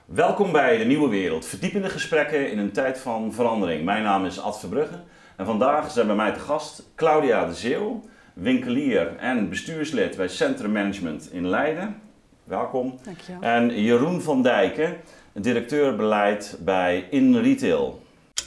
Welkom bij De Nieuwe Wereld, verdiepende gesprekken in een tijd van verandering. Mijn naam is Ad Verbrugge en vandaag zijn bij mij te gast Claudia de Zeeuw, winkelier en bestuurslid bij Centrum Management in Leiden. Welkom. Dankjewel. En Jeroen van Dijken, directeur beleid bij InRetail.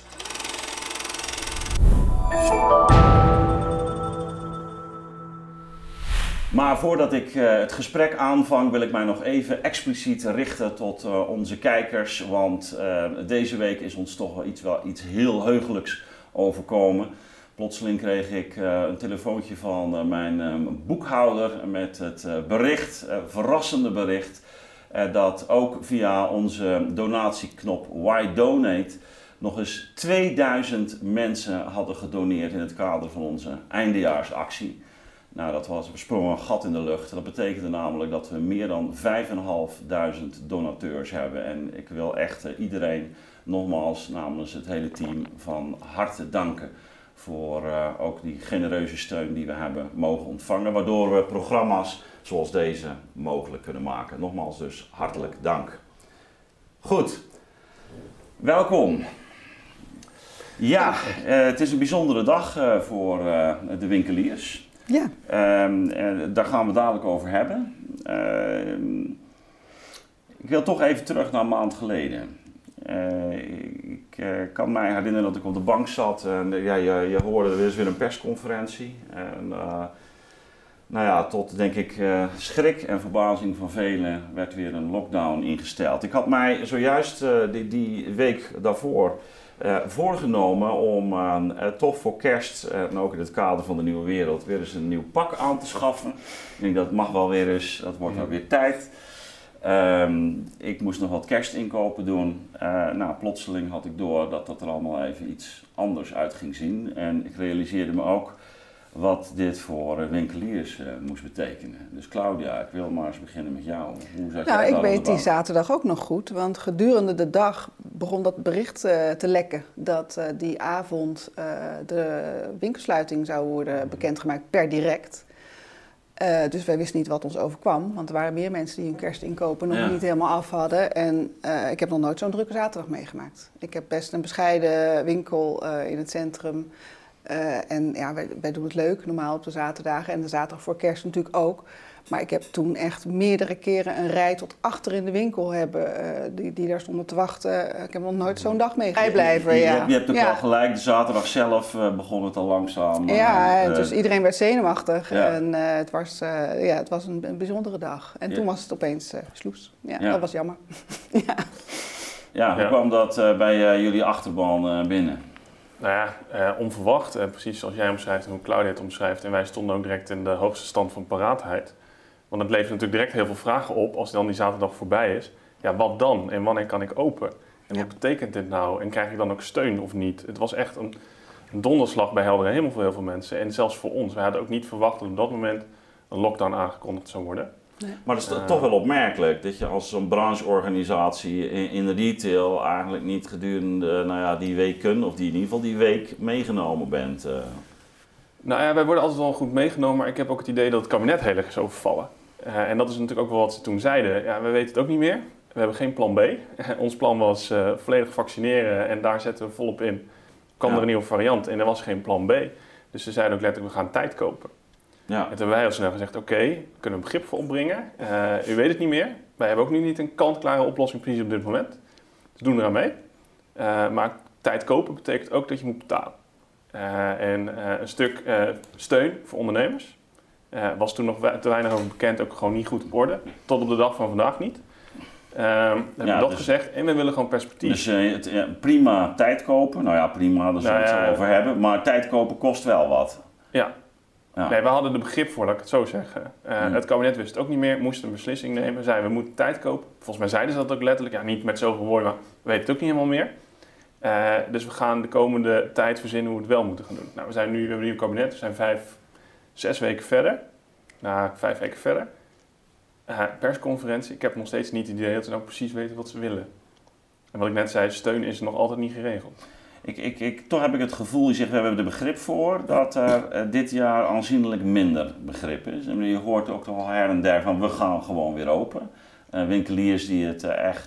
Maar voordat ik het gesprek aanvang wil ik mij nog even expliciet richten tot onze kijkers. Want deze week is ons toch wel iets heel heugelijks overkomen. Plotseling kreeg ik een telefoontje van mijn boekhouder met het verrassende bericht, dat ook via onze donatieknop Why Donate nog eens 2000 mensen hadden gedoneerd in het kader van onze eindejaarsactie. Nou, we sprongen een gat in de lucht. Dat betekende namelijk dat we meer dan 5.500 donateurs hebben. En ik wil echt iedereen nogmaals namens het hele team van harte danken voor ook die genereuze steun die we hebben mogen ontvangen. Waardoor we programma's zoals deze mogelijk kunnen maken. Nogmaals dus hartelijk dank. Goed, welkom. Ja, het is een bijzondere dag voor de winkeliers. Ja. Daar gaan we dadelijk over hebben. Ik wil toch even terug naar een maand geleden. Ik kan mij herinneren dat ik op de bank zat en je hoorde er is weer een persconferentie. En, tot denk ik schrik en verbazing van velen werd weer een lockdown ingesteld. Ik had mij zojuist die week daarvoor voorgenomen om toch voor kerst en ook in het kader van de nieuwe wereld weer eens een nieuw pak aan te schaffen. Ik denk dat mag wel weer eens, dat wordt wel weer tijd. Ik moest nog wat kerstinkopen doen. Plotseling had ik door dat er allemaal even iets anders uit ging zien. En ik realiseerde me ook wat dit voor winkeliers moest betekenen. Dus Claudia, ik wil maar eens beginnen met jou. Hoe zat jij Ik weet die zaterdag ook nog goed, want gedurende de dag begon dat bericht te lekken dat die avond de winkelsluiting zou worden bekendgemaakt per direct. Dus wij wisten niet wat ons overkwam, want er waren meer mensen die hun kerstinkopen nog niet helemaal af hadden. En ik heb nog nooit zo'n drukke zaterdag meegemaakt. Ik heb best een bescheiden winkel in het centrum. Wij doen het leuk normaal op de zaterdagen en de zaterdag voor kerst natuurlijk ook. Maar ik heb toen echt meerdere keren een rij tot achter in de winkel hebben die daar stonden te wachten. Ik heb nog nooit zo'n dag meegemaakt. Je hebt ook wel gelijk, de zaterdag zelf begon het al langzaam. Dus iedereen werd zenuwachtig en het was een bijzondere dag. En toen was het opeens sloes. Dat was jammer. Hoe kwam dat bij jullie achterban binnen? Nou ja, onverwacht, precies zoals jij omschrijft en hoe Claudia het omschrijft. En wij stonden ook direct in de hoogste stand van paraatheid. Want het levert natuurlijk direct heel veel vragen op als dan die zaterdag voorbij is. Ja, wat dan? En wanneer kan ik open? En wat betekent dit nou? En krijg ik dan ook steun of niet? Het was echt een donderslag bij heldere hemel voor heel veel mensen. En zelfs voor ons. Wij hadden ook niet verwacht dat op dat moment een lockdown aangekondigd zou worden. Nee. Maar het is toch wel opmerkelijk dat je als zo'n brancheorganisatie in de retail eigenlijk niet gedurende die weken of in ieder geval die week meegenomen bent. Wij worden altijd wel goed meegenomen, maar ik heb ook het idee dat het kabinet heel erg is overvallen. En dat is natuurlijk ook wel wat ze toen zeiden. Ja, we weten het ook niet meer. We hebben geen plan B. Ons plan was volledig vaccineren en daar zetten we volop in. Kwam er een nieuwe variant en er was geen plan B. Dus ze zeiden ook letterlijk, we gaan tijd kopen. Ja. En toen hebben wij heel snel gezegd, oké, we kunnen een begrip voor opbrengen. U weet het niet meer. Wij hebben ook nu niet een kant-klare oplossing precies op dit moment. Dus doen eraan mee. Maar tijd kopen betekent ook dat je moet betalen. Een stuk steun voor ondernemers was toen nog te weinig over bekend, ook gewoon niet goed op orde. Tot op de dag van vandaag niet. Hebben we dat gezegd en we willen gewoon perspectief. Dus prima tijd kopen. Nou ja, prima, daar zullen we het zo over hebben. Maar tijd kopen kost wel wat. Ja. Nee, we hadden er begrip voor, laat ik het zo zeggen. Het kabinet wist het ook niet meer, moest een beslissing nemen. Zeiden we moeten tijd kopen. Volgens mij zeiden ze dat ook letterlijk. Ja, niet met zoveel woorden, maar we weten het ook niet helemaal meer. Dus we gaan de komende tijd verzinnen hoe we het wel moeten gaan doen. Nou, we hebben nu een kabinet, we zijn 6 weken verder. 5 weken verder. Persconferentie, ik heb nog steeds niet het idee dat ze nou precies weten wat ze willen. En wat ik net zei, steun is nog altijd niet geregeld. Toch heb ik het gevoel, je zegt we hebben er begrip voor, dat er dit jaar aanzienlijk minder begrip is. En je hoort ook toch al her en der van we gaan gewoon weer open. winkeliers die het echt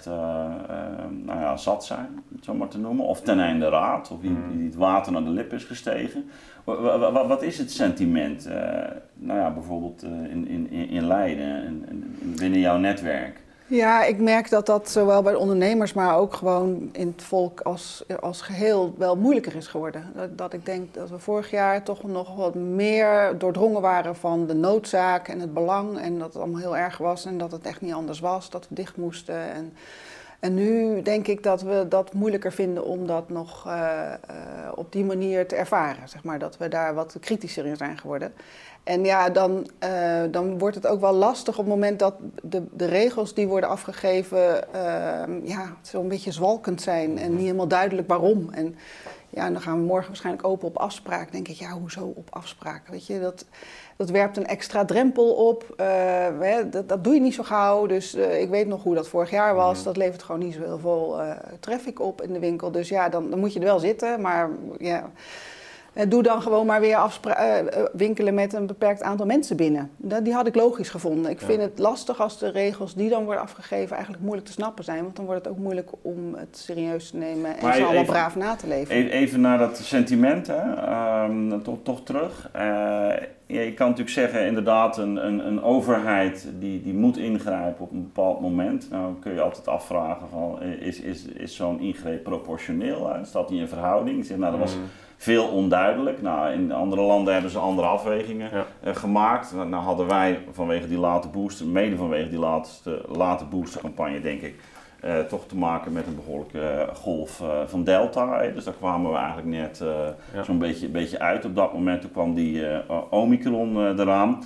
zat zijn, om het zo maar te noemen. Of ten einde raad, of wie het water naar de lip is gestegen. Wat is het sentiment, bijvoorbeeld in Leiden en binnen jouw netwerk? Ja, ik merk dat zowel bij de ondernemers, maar ook gewoon in het volk als geheel wel moeilijker is geworden. Dat ik denk dat we vorig jaar toch nog wat meer doordrongen waren van de noodzaak en het belang. En dat het allemaal heel erg was en dat het echt niet anders was, dat we dicht moesten. En nu denk ik dat we dat moeilijker vinden om dat nog op die manier te ervaren. Zeg maar, dat we daar wat kritischer in zijn geworden. En ja, dan wordt het ook wel lastig op het moment dat de regels die worden afgegeven zo'n beetje zwalkend zijn en niet helemaal duidelijk waarom. En ja, dan gaan we morgen waarschijnlijk open op afspraak. Dan denk ik, hoezo op afspraak? Weet je, dat werpt een extra drempel op. Dat doe je niet zo gauw. Dus ik weet nog hoe dat vorig jaar was. Dat levert gewoon niet zo heel veel traffic op in de winkel. Dus ja, dan moet je er wel zitten. Maar ja, doe dan gewoon maar weer winkelen met een beperkt aantal mensen binnen. Die had ik logisch gevonden. Ik vind het lastig als de regels die dan worden afgegeven eigenlijk moeilijk te snappen zijn. Want dan wordt het ook moeilijk om het serieus te nemen en ze allemaal braaf na te leven. Even naar dat sentiment, toch terug. Je kan natuurlijk zeggen, inderdaad, een overheid die moet ingrijpen op een bepaald moment. Nou kun je altijd afvragen, is zo'n ingreep proportioneel? Staat die in verhouding? Dat was veel onduidelijk. Nou, in andere landen hebben ze andere afwegingen gemaakt. Nou hadden wij vanwege die late booster, mede vanwege die late boostercampagne, denk ik, toch te maken met een behoorlijke golf van Delta. Dus daar kwamen we eigenlijk net zo'n beetje uit. Op dat moment toen kwam die Omicron eraan.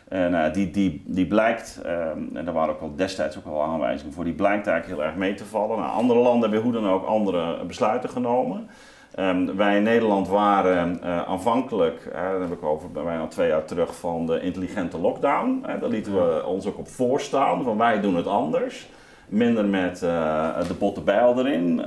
Die blijkt, en daar waren ook al destijds ook al aanwijzingen voor, die blijkt eigenlijk heel erg mee te vallen. Nou, andere landen hebben hoe dan ook andere besluiten genomen. Wij in Nederland waren aanvankelijk, daar heb ik over bijna 2 jaar terug, van de intelligente lockdown. Daar lieten we ons ook op voorstaan, van wij doen het anders. Minder met de botte bijl erin.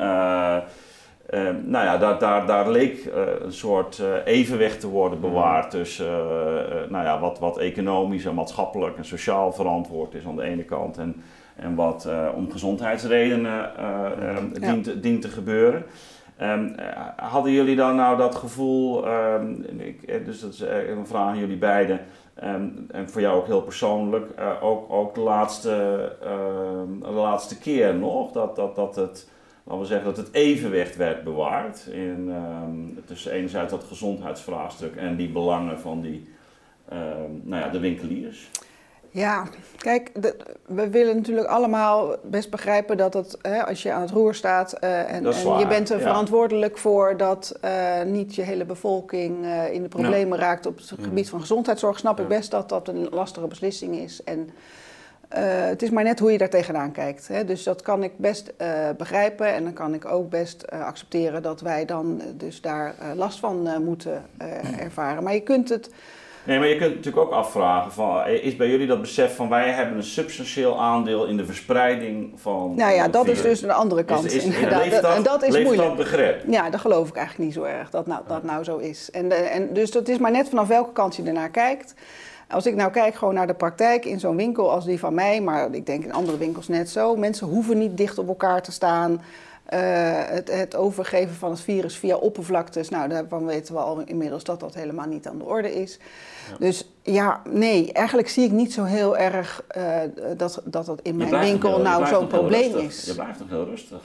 Daar leek een soort evenwicht te worden bewaard tussen wat economisch en maatschappelijk en sociaal verantwoord is aan de ene kant en wat om gezondheidsredenen dient te gebeuren. Hadden jullie dan nou dat gevoel, dus dat is een vraag aan jullie beiden, en voor jou ook heel persoonlijk, ook de laatste keer nog, dat het, laten we zeggen, dat het evenwicht werd bewaard tussen enerzijds dat gezondheidsvraagstuk en die belangen van de winkeliers? Ja, kijk, we willen natuurlijk allemaal best begrijpen dat het, als je aan het roer staat en je bent er verantwoordelijk voor dat niet je hele bevolking in de problemen raakt op het gebied van gezondheidszorg, snap ik best dat dat een lastige beslissing is. En het is maar net hoe je daar tegenaan kijkt. Hè? Dus dat kan ik best begrijpen en dan kan ik ook best accepteren dat wij dan dus daar last van moeten ervaren. Maar je kunt het... Nee, maar je kunt natuurlijk ook afvragen, is bij jullie dat besef van wij hebben een substantieel aandeel in de verspreiding van... Nou ja, dat is dus een andere kant. En dat is moeilijk. Dat begrip? Ja, dat geloof ik eigenlijk niet zo erg, dat nou zo is. En dus dat is maar net vanaf welke kant je ernaar kijkt. Als ik nou kijk gewoon naar de praktijk in zo'n winkel als die van mij, maar ik denk in andere winkels net zo. Mensen hoeven niet dicht op elkaar te staan. Het overgeven van het virus via oppervlaktes, nou daarvan weten we al inmiddels dat dat helemaal niet aan de orde is. Ja. Dus ja, nee, eigenlijk zie ik niet zo heel erg dat in mijn winkel nou zo'n probleem is. Je blijft nog heel rustig.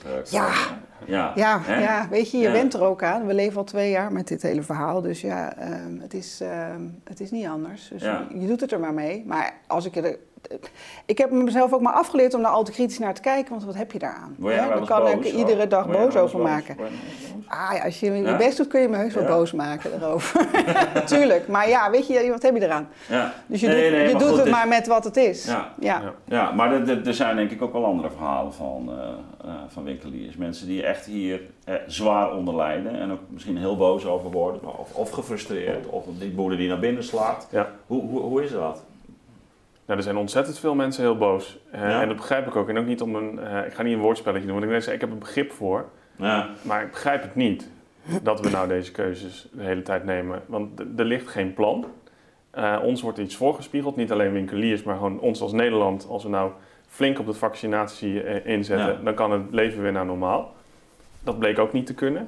Ja, weet je went er ook aan. We leven al 2 jaar met dit hele verhaal, dus ja, het is niet anders. Dus je doet het er maar mee. Maar als ik heb mezelf ook maar afgeleerd om daar al te kritisch naar te kijken, want wat heb je daaraan? Daar kan ik iedere dag boos over maken. Als je je best doet, kun je me heus wel boos maken erover. Tuurlijk, maar ja, weet je, wat heb je eraan? Ja. Dus je doet het maar met wat het is. Ja, maar er zijn denk ik ook wel andere verhalen van winkeliers. Mensen die echt hier zwaar onder lijden en ook misschien heel boos over worden, of gefrustreerd, of die boer die naar binnen slaat. Ja. Hoe is dat? Nou, er zijn ontzettend veel mensen heel boos. En dat begrijp ik ook. En ook niet ik ga niet een woordspelletje doen, want ik heb een begrip voor. Ja. Maar ik begrijp het niet dat we nou deze keuzes de hele tijd nemen. Want er ligt geen plan. Ons wordt iets voorgespiegeld. Niet alleen winkeliers, maar gewoon ons als Nederland. Als we nou flink op de vaccinatie inzetten, dan kan het leven weer naar normaal. Dat bleek ook niet te kunnen.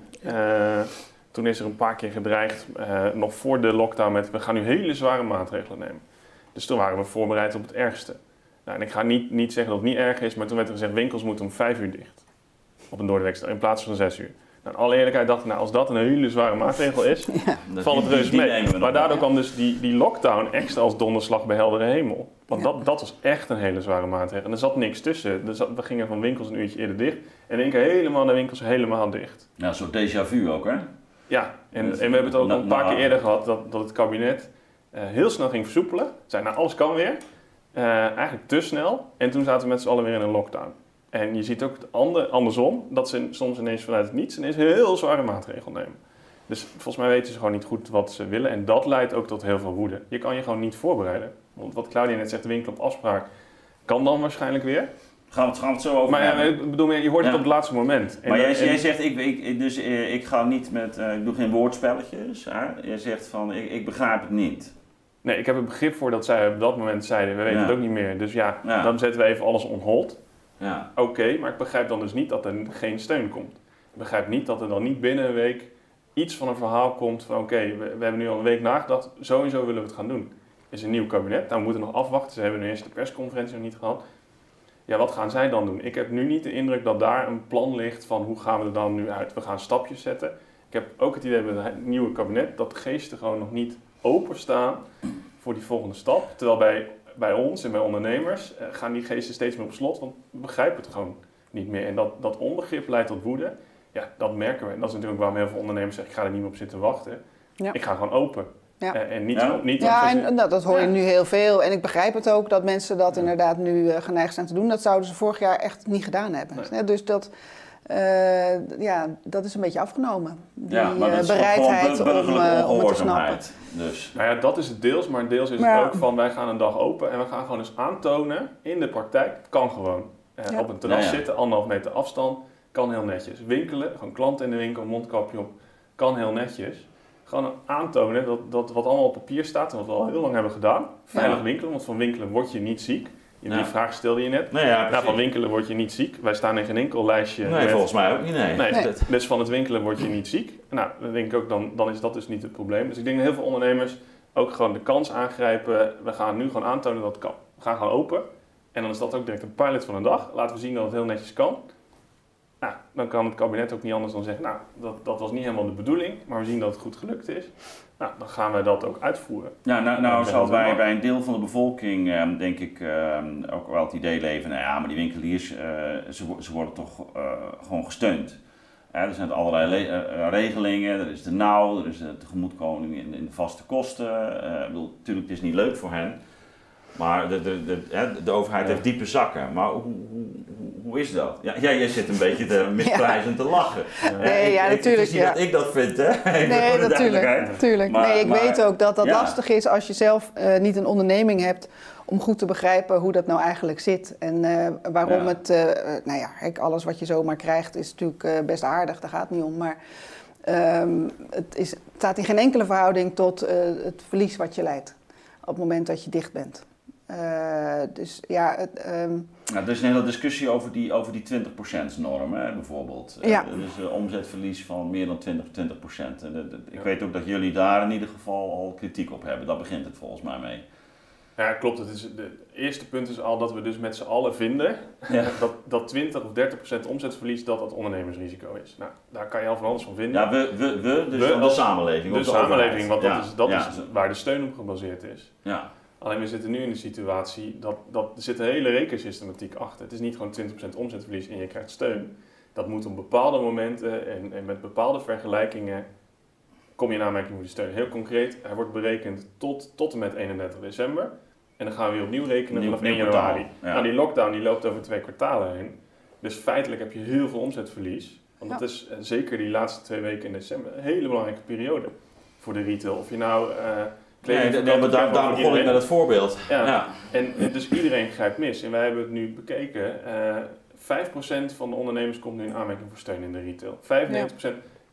Toen is er een paar keer gedreigd, nog voor de lockdown, met we gaan nu hele zware maatregelen nemen. Dus toen waren we voorbereid op het ergste. Nou, en ik ga niet zeggen dat het niet erg is, maar toen werd er gezegd, winkels moeten om 5 uur dicht. Op een doordeweeksdag, in plaats van 6 uur. Nou, in alle eerlijkheid dacht ik, als dat een hele zware maatregel is, valt het reuze mee. Maar daardoor kwam dus die lockdown extra als donderslag bij heldere hemel. Want dat was echt een hele zware maatregel. En er zat niks tussen. We gingen van winkels een uurtje eerder dicht. En in één keer helemaal de winkels helemaal dicht. Ja, een soort déjà vu ook, hè? Ja, en we hebben het ook al een paar keer eerder gehad dat het kabinet heel snel ging versoepelen. Zei, alles kan weer. Eigenlijk te snel. En toen zaten we met z'n allen weer in een lockdown. En je ziet ook andersom, dat ze soms ineens vanuit het niets ineens heel zware maatregelen nemen. Dus volgens mij weten ze gewoon niet goed wat ze willen. En dat leidt ook tot heel veel woede. Je kan je gewoon niet voorbereiden. Want wat Claudia net zegt, de winkel op afspraak kan dan waarschijnlijk weer. Gaan we het zo over maar ik bedoel, je hoort het op het laatste moment. Maar jij zegt, ik ga niet met, ik doe geen woordspelletjes. Hè? Jij zegt van, ik begrijp het niet. Nee, ik heb er begrip voor dat zij op dat moment zeiden, we weten het ook niet meer. Dus dan zetten we even alles on hold. Ja. Oké, maar ik begrijp dan dus niet dat er geen steun komt. Ik begrijp niet dat er dan niet binnen een week iets van een verhaal komt van oké, we hebben nu al een week nagedacht, sowieso willen we het gaan doen. Er is een nieuw kabinet, nou we moeten nog afwachten, ze hebben nu eerst de persconferentie nog niet gehad. Ja, wat gaan zij dan doen? Ik heb nu niet de indruk dat daar een plan ligt van hoe gaan we er dan nu uit. We gaan stapjes zetten. Ik heb ook het idee met het nieuwe kabinet dat de geesten gewoon nog niet openstaan voor die volgende stap. Terwijl bij ons en bij ondernemers gaan die geesten steeds meer op slot, want we begrijpen het gewoon niet meer. En dat onbegrip leidt tot woede. Ja, dat merken we. En dat is natuurlijk waarom heel veel ondernemers zeggen, ik ga er niet meer op zitten wachten. Ja. Ik ga gewoon open. Ja. En niet dat hoor je nu heel veel. En ik begrijp het ook dat mensen dat inderdaad nu geneigd zijn te doen. Dat zouden ze vorig jaar echt niet gedaan hebben. Nee. Dus dat is een beetje afgenomen. Die bereidheid om het te snappen. Dus. Nou ja, dat is het deels. Maar deels is het ook van, wij gaan een dag open. En we gaan gewoon eens aantonen in de praktijk. Het kan gewoon. Op een terras zitten, 1,5 meter afstand. Kan heel netjes. Winkelen, gewoon klanten in de winkel, mondkapje op. Kan heel netjes. Gewoon aantonen dat wat allemaal op papier staat en wat we al heel lang hebben gedaan. Veilig winkelen, want van winkelen word je niet ziek. Die vraag stelde je net. Van winkelen word je niet ziek. Wij staan in geen enkel lijstje. Nee, volgens mij ook niet. Nee. Dus van het winkelen word je niet ziek. Nou, dan denk ik ook, dan is dat dus niet het probleem. Dus ik denk dat heel veel ondernemers ook gewoon de kans aangrijpen. We gaan nu gewoon aantonen dat het kan. We gaan gewoon open. En dan is dat ook direct een pilot van een dag. Laten we zien dat het heel netjes kan. Nou, dan kan het kabinet ook niet anders dan zeggen, dat was niet helemaal de bedoeling, maar we zien dat het goed gelukt is. Nou, dan gaan wij dat ook uitvoeren. Ja, nou zal bij een deel van de bevolking, denk ik, ook wel het idee leven, maar die winkeliers, ze worden toch gewoon gesteund. Er zijn allerlei regelingen, er is de nauw, er is de tegemoetkoming in de vaste kosten. Natuurlijk, het is niet leuk voor hen. Maar de overheid heeft diepe zakken. Maar hoe is dat? Ja, jij zit een beetje te misprijzend te lachen. Natuurlijk. Het is niet dat ik dat vind, hè? Nee, natuurlijk. Maar ik weet ook dat lastig is als je zelf niet een onderneming hebt om goed te begrijpen hoe dat nou eigenlijk zit. En waarom het, alles wat je zomaar krijgt is natuurlijk best aardig, daar gaat het niet om. Maar het staat in geen enkele verhouding tot het verlies wat je lijdt op het moment dat je dicht bent. Er is een hele discussie over die 20% norm, hè, bijvoorbeeld. Dus een omzetverlies van meer dan 20%. Ik weet ook dat jullie daar in ieder geval al kritiek op hebben. Daar begint het volgens mij mee. Ja, klopt. Het eerste punt is al dat we dus met z'n allen vinden dat 20 of 30% omzetverlies dat ondernemersrisico is. Nou, daar kan je al van alles van vinden. Ja, de samenleving. De samenleving, want dat is waar de steun op gebaseerd is. Ja. Alleen we zitten nu in de situatie dat er zit een hele rekensystematiek achter. Het is niet gewoon 20% omzetverlies en je krijgt steun. Dat moet op bepaalde momenten en met bepaalde vergelijkingen kom je in aanmerking voor die steun. Heel concreet, hij wordt berekend tot en met 31 december. En dan gaan we weer opnieuw rekenen vanaf 1 januari. Ja. Nou, die lockdown die loopt over 2 kwartalen heen. Dus feitelijk heb je heel veel omzetverlies. Want dat is zeker die laatste 2 weken in december een hele belangrijke periode voor de retail. Of je nou... maar daar begon ik met het voorbeeld. Ja. En dus iedereen grijpt mis. En wij hebben het nu bekeken. 5% van de ondernemers komt nu in aanmerking voor steun in de retail. 95%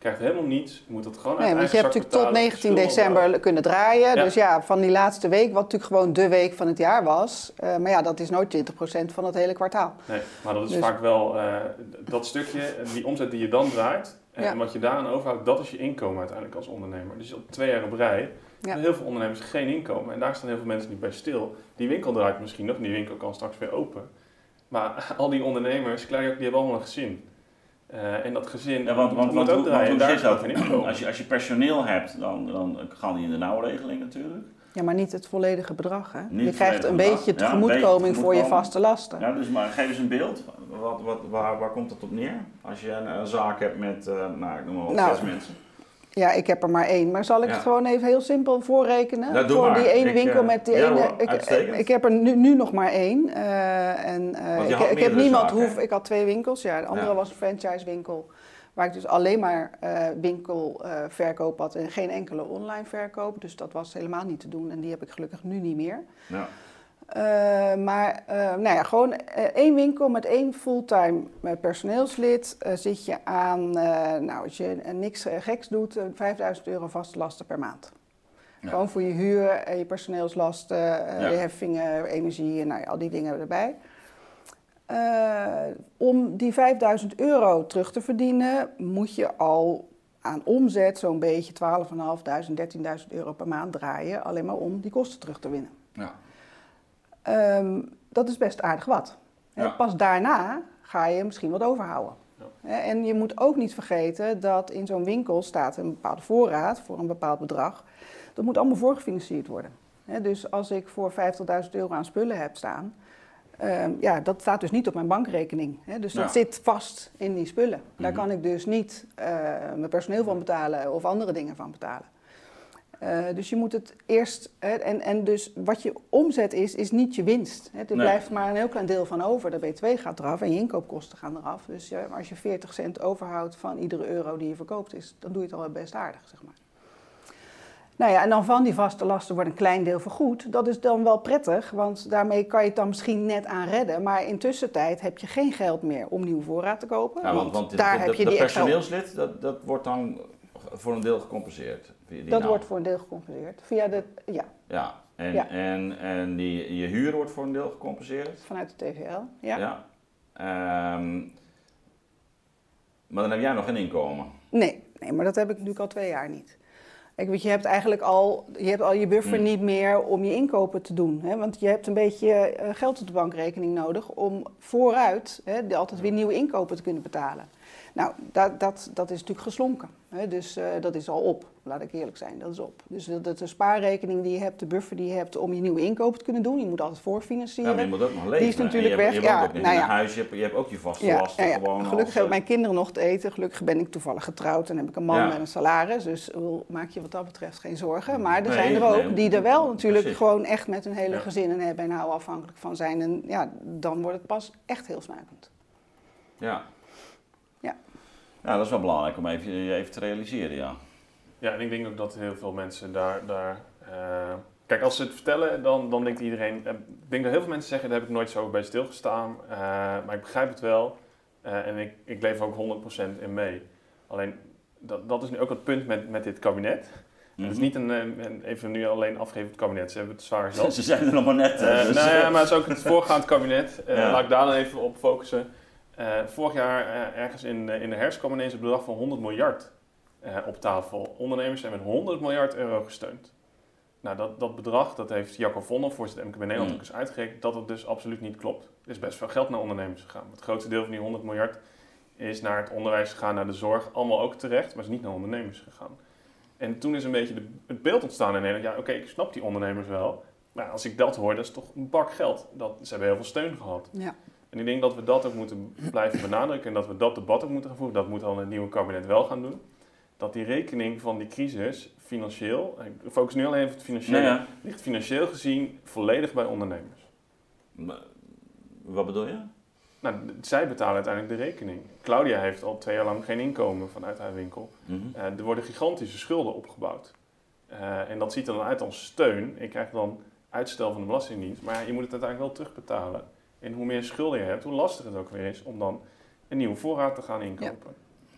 krijgt helemaal niets. Je moet dat gewoon Nee, uit want je eigen hebt zak natuurlijk tot betalen. 19 december kunnen draaien. Ja. Dus ja, van die laatste week, wat natuurlijk gewoon de week van het jaar was. Maar ja, dat is nooit 20% van het hele kwartaal. Nee, maar dat is Dus- vaak wel dat stukje, die omzet die je dan draait. Ja. En wat je daaraan overhoudt, dat is je inkomen uiteindelijk als ondernemer. Dus op 2 jaar op rij hebben heel veel ondernemers geen inkomen. En daar staan heel veel mensen niet bij stil. Die winkel draait misschien nog, die winkel kan straks weer open. Maar al die ondernemers, die hebben allemaal een gezin. En dat gezin Ja, want moet ook draaien. En hoe daar zit is ook dat? geen inkomen. Als je personeel hebt, dan gaan die in de nauwregeling natuurlijk. Ja, maar niet het volledige bedrag. Hè? Niet Je het krijgt een volledige beetje bedrag. Ja, tegemoetkoming een beetje voor je tegemoetkoming. vaste lasten. Ja, dus maar geef eens een beeld. Waar komt dat op neer? Als je een zaak hebt met, ik noem maar wat, 6 mensen. Ja, ik heb er maar 1. Maar zal ik Ja. het gewoon even heel simpel voorrekenen? Ja, doe voor maar. die ene Ik, winkel met die ja ene. hoor, uitstekend. Ik heb er nu nog maar 1. Want je had Ik heb meerdere niemand zaken, hè? ik had 2 winkels. Ja, de andere Ja. was een franchisewinkel. Waar ik dus alleen maar winkelverkoop had en geen enkele online verkoop. Dus dat was helemaal niet te doen. En die heb ik gelukkig nu niet meer. Ja. Gewoon 1 winkel met 1 fulltime personeelslid zit je aan, als je niks geks doet, €5.000 vaste lasten per maand. Ja. Gewoon voor je huur, je personeelslasten, Ja. je heffingen, energie en al die dingen erbij. Om die €5.000 terug te verdienen, moet je al aan omzet zo'n beetje €12.500, €13.000 per maand draaien, alleen maar om die kosten terug te winnen. Ja. Dat is best aardig wat. Ja. Pas daarna ga je misschien wat overhouden. Ja. En je moet ook niet vergeten dat in zo'n winkel staat een bepaalde voorraad voor een bepaald bedrag. Dat moet allemaal voorgefinancierd worden. Dus als ik voor €50.000 aan spullen heb staan, dat staat dus niet op mijn bankrekening. Dus dat zit vast in die spullen. Daar kan ik dus niet mijn personeel van betalen of andere dingen van betalen. Dus je moet het eerst, en dus wat je omzet is niet je winst. Er blijft maar een heel klein deel van over. De BTW gaat eraf en je inkoopkosten gaan eraf. Dus als je 40 cent overhoudt van iedere euro die je verkoopt, dan doe je het al best aardig, zeg maar. Nou ja, en dan van die vaste lasten wordt een klein deel vergoed. Dat is dan wel prettig, want daarmee kan je het dan misschien net aan redden. Maar intussen tijd heb je geen geld meer om nieuwe voorraad te kopen. Ja, want daar heb je dat die extra... personeelslid, dat wordt dan voor een deel gecompenseerd. Dat wordt voor een deel gecompenseerd. Via de, Ja, en je huur wordt voor een deel gecompenseerd. Vanuit de TVL, ja. Maar dan heb jij nog geen inkomen. Nee, maar dat heb ik natuurlijk al 2 jaar niet. Je hebt eigenlijk al je buffer niet meer om je inkopen te doen. Hè? Want je hebt een beetje geld op de bankrekening nodig om vooruit altijd weer nieuwe inkopen te kunnen betalen. Nou, dat is natuurlijk geslonken. Hè? Dus dat is al op, laat ik eerlijk zijn, dat is op. Dus de spaarrekening die je hebt, de buffer die je hebt om je nieuwe inkopen te kunnen doen, je moet altijd voorfinancieren. Ja, maar je moet ook nog leven. Die is natuurlijk weg. Je woont ook niet in een huis, je hebt ook je vaste lasten. Gewoon gelukkig hebben mijn kinderen nog te eten. Gelukkig ben ik toevallig getrouwd en heb ik een man met een salaris. Dus maak je wat dat betreft geen zorgen. Maar er zijn er ook die er wel natuurlijk gewoon echt met hun hele gezin en hebben en nou afhankelijk van zijn. En dan wordt het pas echt heel snuivend. Ja. Ja. Ja, dat is wel belangrijk om even te realiseren, ja. Ja, en ik denk ook dat heel veel mensen daar kijk, als ze het vertellen, dan denkt iedereen... Ik denk dat heel veel mensen zeggen, daar heb ik nooit zo bij stilgestaan. Maar ik begrijp het wel. En ik leef ook 100% in mee. Alleen, dat is nu ook het punt met dit kabinet. Het is niet even nu alleen afgeven het kabinet. Ze hebben het zwaar zelf. Ze zijn er nog maar net. Maar het is ook het voorgaand kabinet. Laat ik daar dan even op focussen. Vorig jaar ergens in de herfst kwam ineens een bedrag van 100 miljard op tafel. Ondernemers zijn met 100 miljard euro gesteund. Nou, dat bedrag, dat heeft Jacco Vonhoff, voorzitter MKB Nederland, ook eens uitgerekend, dat het dus absoluut niet klopt. Er is best veel geld naar ondernemers gegaan. Het grootste deel van die 100 miljard is naar het onderwijs gegaan, naar de zorg, allemaal ook terecht, maar is niet naar ondernemers gegaan. En toen is een beetje het beeld ontstaan in Nederland, ja oké, ik snap die ondernemers wel, maar als ik dat hoor, dat is toch een bak geld. Ze hebben heel veel steun gehad. Ja. En ik denk dat we dat ook moeten blijven benadrukken en dat we dat debat ook moeten gaan voeren. Dat moet dan het nieuwe kabinet wel gaan doen. Dat die rekening van die crisis financieel, ik focus nu alleen even op het financiële, ligt financieel gezien volledig bij ondernemers. Wat bedoel je? Nou, zij betalen uiteindelijk de rekening. Claudia heeft al 2 jaar lang geen inkomen vanuit haar winkel. Er worden gigantische schulden opgebouwd. En dat ziet er dan uit als steun. Ik krijg dan uitstel van de Belastingdienst, maar je moet het uiteindelijk wel terugbetalen. En hoe meer schulden je hebt, hoe lastiger het ook weer is om dan een nieuwe voorraad te gaan inkopen.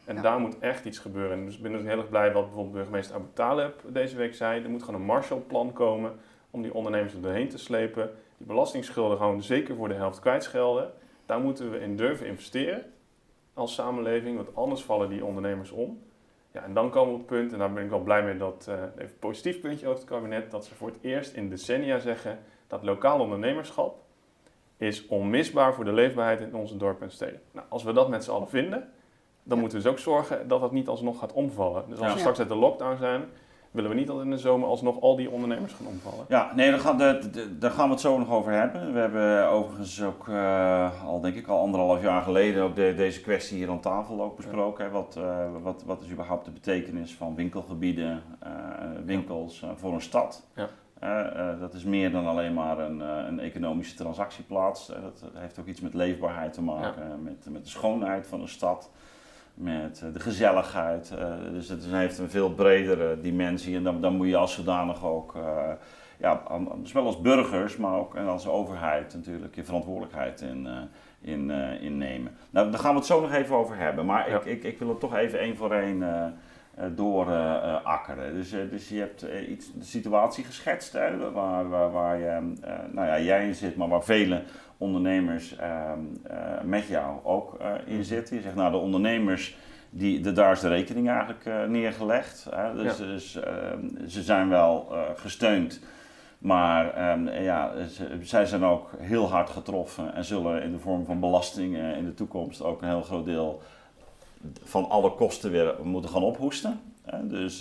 En daar moet echt iets gebeuren. En dus ik ben dus heel erg blij wat bijvoorbeeld burgemeester Abu Taleb deze week zei. Er moet gewoon een Marshallplan komen om die ondernemers er doorheen te slepen. Die belastingsschulden gewoon zeker voor de helft kwijtschelden. Daar moeten we in durven investeren als samenleving, want anders vallen die ondernemers om. Ja, en dan komen we op het punt, en daar ben ik wel blij mee, dat even een positief puntje over het kabinet, dat ze voor het eerst in decennia zeggen dat lokaal ondernemerschap is onmisbaar voor de leefbaarheid in onze dorpen en steden. Nou, als we dat met z'n allen vinden, dan moeten we dus ook zorgen dat dat niet alsnog gaat omvallen. Dus als we straks uit de lockdown zijn, willen we niet dat in de zomer alsnog al die ondernemers gaan omvallen. Ja, nee, daar gaan we het zo nog over hebben. We hebben overigens ook al 1,5 jaar geleden ook deze kwestie hier aan tafel ook besproken. Ja. Wat is überhaupt de betekenis van winkelgebieden, winkels voor een stad? Ja. Dat is meer dan alleen maar een economische transactieplaats. Dat heeft ook iets met leefbaarheid te maken, met de schoonheid van een stad. Met de gezelligheid. Dus het heeft een veel bredere dimensie. En dan moet je als zodanig ook, zowel als burgers, maar ook als overheid natuurlijk, je verantwoordelijkheid innemen. Nou, daar gaan we het zo nog even over hebben. Maar ik wil het toch even één voor één doorakkeren. Dus je hebt de situatie geschetst, hè, waar jij in zit, maar waar vele ondernemers met jou ook in zitten. Je zegt, nou, de ondernemers, daar is de rekening eigenlijk neergelegd. Hè? Dus ze zijn wel gesteund, maar zij zijn ook heel hard getroffen en zullen in de vorm van belastingen in de toekomst ook een heel groot deel van alle kosten weer moeten gaan ophoesten. Dus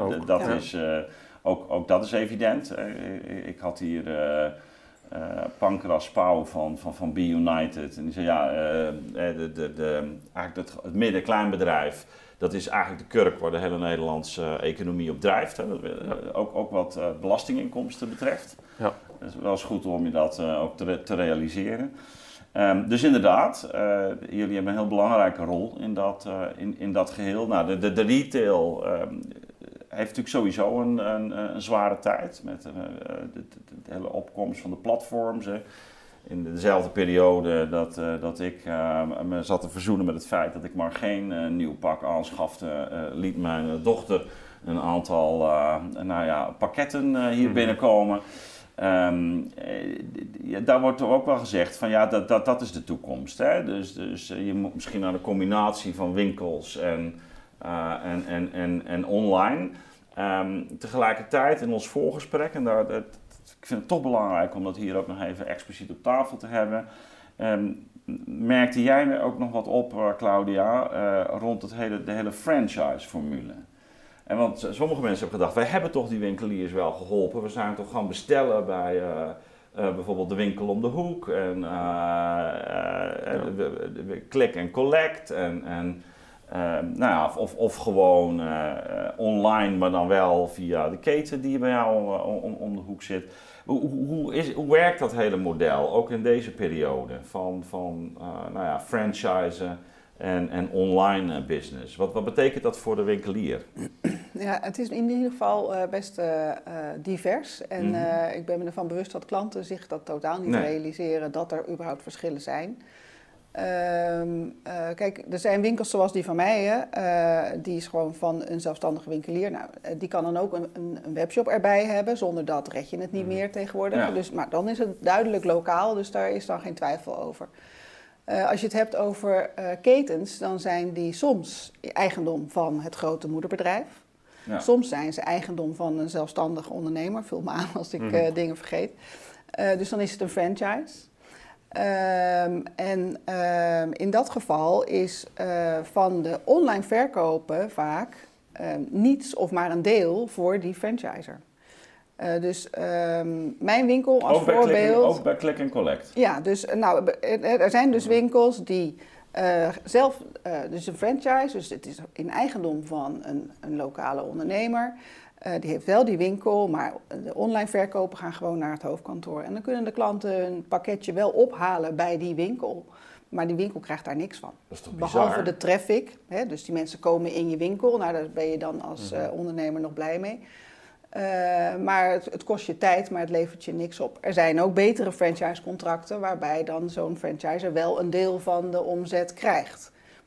ook dat is evident. Ik had hier Pankras Pauw van Be United. En die zei, eigenlijk het midden-kleinbedrijf, dat is eigenlijk de kurk waar de hele Nederlandse economie op drijft. Hè. Ook wat belastinginkomsten betreft. Ja. Het is wel eens goed om je dat ook te realiseren. Dus inderdaad, jullie hebben een heel belangrijke rol in dat geheel. Nou, de retail heeft natuurlijk sowieso een zware tijd met de hele opkomst van de platforms. In dezelfde periode dat ik me zat te verzoenen met het feit dat ik maar geen nieuw pak aanschafte, liet mijn dochter een aantal pakketten hier binnenkomen. Daar wordt ook wel gezegd van dat is de toekomst. Hè? Dus je moet misschien naar de combinatie van winkels en online. Tegelijkertijd in ons voorgesprek, en ik vind het toch belangrijk om dat hier ook nog even expliciet op tafel te hebben. Merkte jij ook nog wat op, Claudia, rond de hele franchise-formule? En want sommige mensen hebben gedacht, wij hebben toch die winkeliers wel geholpen. We zijn toch gaan bestellen bij bijvoorbeeld de winkel om de hoek. En click and collect. Of gewoon online, maar dan wel via de keten die bij jou om de hoek zit. Hoe werkt dat hele model, ook in deze periode van franchisen en online business? Wat betekent dat voor de winkelier? Ja, het is in ieder geval best divers. En ik ben me ervan bewust dat klanten zich dat totaal niet realiseren dat er überhaupt verschillen zijn. Kijk, er zijn winkels zoals die van mij, die is gewoon van een zelfstandige winkelier. Nou, die kan dan ook een webshop erbij hebben, zonder dat red je het niet meer tegenwoordig. Ja. Dus, maar dan is het duidelijk lokaal, dus daar is dan geen twijfel over. Als je het hebt over ketens, dan zijn die soms eigendom van het grote moederbedrijf. Ja. Soms zijn ze eigendom van een zelfstandig ondernemer. Vul me aan als ik dingen vergeet. Dus dan is het een franchise. In dat geval is van de online verkopen vaak niets of maar een deel voor die franchiser. Mijn winkel als ook voorbeeld... Ook bij click and collect? Ja, dus er zijn dus winkels die zelf... dus een franchise, dus het is in eigendom van een lokale ondernemer. Die heeft wel die winkel, maar de online verkopen gaan gewoon naar het hoofdkantoor. En dan kunnen de klanten een pakketje wel ophalen bij die winkel. Maar die winkel krijgt daar niks van. Dat is toch behalve bizar? de traffic. Hè, dus die mensen komen in je winkel. Nou, daar ben je dan als ondernemer nog blij mee. Maar het kost je tijd, maar het levert je niks op. Er zijn ook betere franchisecontracten waarbij dan zo'n franchiser wel een deel van de omzet krijgt.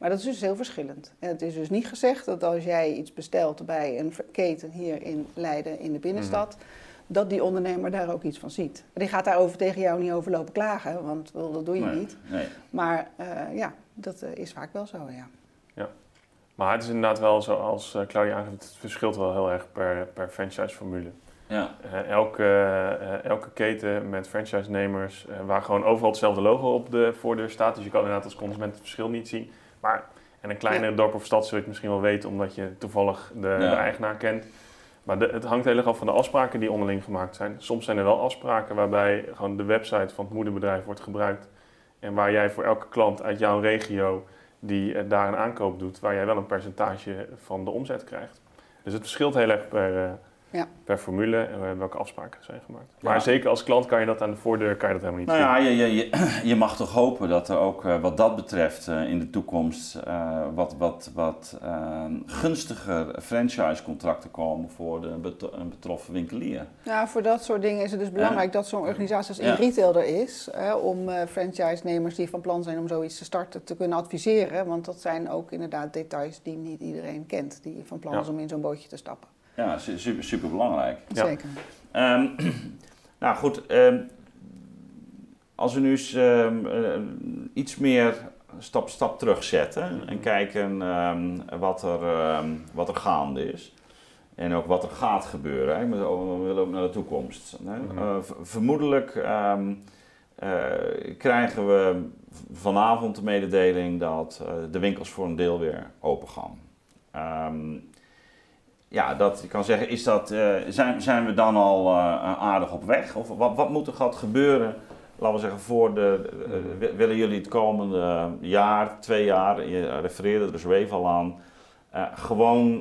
Maar dat is dus heel verschillend. En het is dus niet gezegd dat als jij iets bestelt bij een keten hier in Leiden in de binnenstad, dat die ondernemer daar ook iets van ziet. Die gaat daarover tegen jou niet over lopen klagen, want dat doe je niet. Nee. Maar dat is vaak wel zo, ja. Ja. Maar het is inderdaad wel zoals Claudia aangeeft, het verschilt wel heel erg per franchise-formule. Ja. Elke keten met franchise-nemers, waar gewoon overal hetzelfde logo op de voordeur staat. Dus je kan inderdaad als consument het verschil niet zien. Maar in een kleinere dorp of stad zul je het misschien wel weten, omdat je toevallig de eigenaar kent. Maar het hangt heel erg af van de afspraken die onderling gemaakt zijn. Soms zijn er wel afspraken waarbij gewoon de website van het moederbedrijf wordt gebruikt. En waar jij voor elke klant uit jouw regio die daar een aankoop doet, waar jij wel een percentage van de omzet krijgt. Dus het verschilt heel erg per formule en welke afspraken zijn gemaakt. Ja. Maar zeker als klant kan je dat aan de voordeur helemaal niet zien. Nou ja, je mag toch hopen dat er ook wat dat betreft in de toekomst wat gunstiger franchisecontracten komen voor een betroffen winkelier. Ja, voor dat soort dingen is het dus belangrijk dat zo'n organisatie als InRetail er is. Om franchise-nemers die van plan zijn om zoiets te starten te kunnen adviseren. Want dat zijn ook inderdaad details die niet iedereen kent. Die van plan is om in zo'n bootje te stappen. Ja, super belangrijk. Ja. Zeker. Nou goed, als we nu eens iets meer stap terugzetten en kijken wat er gaande is. En ook wat er gaat gebeuren. Hè. We willen ook naar de toekomst. Hè. Vermoedelijk krijgen we vanavond de mededeling dat de winkels voor een deel weer open gaan. Dat je kan zeggen, zijn we dan al aardig op weg? Of wat moet er gaat gebeuren, laten we zeggen, willen jullie het komende jaar, 2 jaar, je refereerde er zo even al aan, gewoon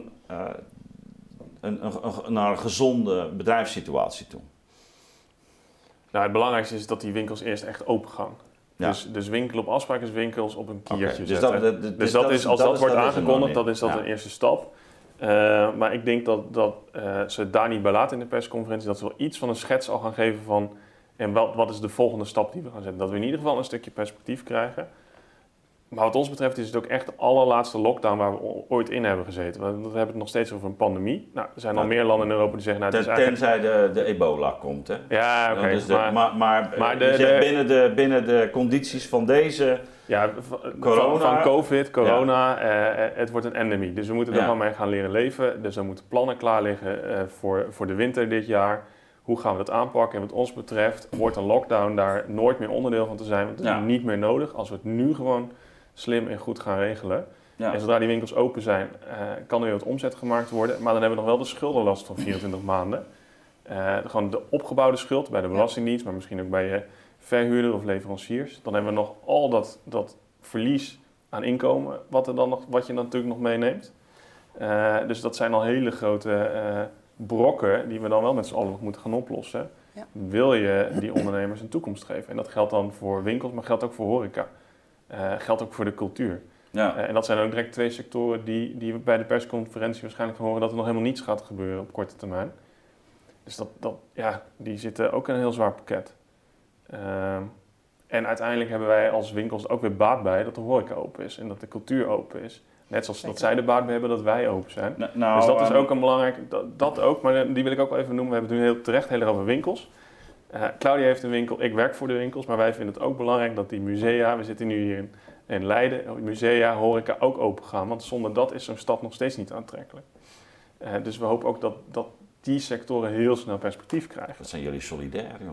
naar een gezonde bedrijfssituatie toe? Nou, het belangrijkste is dat die winkels eerst echt open gaan. Ja. Dus winkelen op afspraak is winkels op een kiertje dus zetten. Als dat wordt aangekondigd, dan is dat een eerste stap. Maar ik denk dat ze het daar niet bij laten in de persconferentie. Dat ze wel iets van een schets al gaan geven van en wat is de volgende stap die we gaan zetten. Dat we in ieder geval een stukje perspectief krijgen. Maar wat ons betreft is het ook echt de allerlaatste lockdown waar we ooit in hebben gezeten. We hebben het nog steeds over een pandemie. Nou, er zijn al meer landen in Europa die zeggen... Nou, het is tenzij de ebola komt, hè? Ja, oké. Dus binnen de condities van deze... Ja, van COVID, corona, het wordt een endemie. Dus we moeten er gewoon mee gaan leren leven. Dus er moeten plannen klaar liggen voor de winter dit jaar. Hoe gaan we dat aanpakken? En wat ons betreft wordt een lockdown daar nooit meer onderdeel van te zijn. Want het is niet meer nodig als we het nu gewoon slim en goed gaan regelen. Ja. En zodra die winkels open zijn, kan er weer wat omzet gemaakt worden. Maar dan hebben we nog wel de schuldenlast van 24 maanden. Gewoon de opgebouwde schuld bij de Belastingdienst, maar misschien ook bij je verhuurder of leveranciers. Dan hebben we nog al dat verlies aan inkomen, wat je dan natuurlijk nog meeneemt. Dus dat zijn al hele grote brokken die we dan wel met z'n allen moeten gaan oplossen. Ja. Wil je die ondernemers een toekomst geven? En dat geldt dan voor winkels, maar geldt ook voor horeca. Geldt ook voor de cultuur. Ja. En dat zijn ook direct 2 sectoren die we bij de persconferentie waarschijnlijk gaan horen dat er nog helemaal niets gaat gebeuren op korte termijn. Dus die zitten ook in een heel zwaar pakket. En uiteindelijk hebben wij als winkels ook weer baat bij dat de horeca open is en dat de cultuur open is. Net zoals dat zij de baat bij hebben dat wij open zijn. Dus dat is ook een belangrijk, dat ook, maar die wil ik ook wel even noemen. We hebben het nu heel terecht heel erg over winkels. Claudia heeft een winkel, ik werk voor de winkels, maar wij vinden het ook belangrijk dat die musea, we zitten nu hier in Leiden, musea, horeca ook open gaan. Want zonder dat is zo'n stad nog steeds niet aantrekkelijk. Dus we hopen ook dat die sectoren heel snel perspectief krijgen. Dat zijn jullie solidair, joh.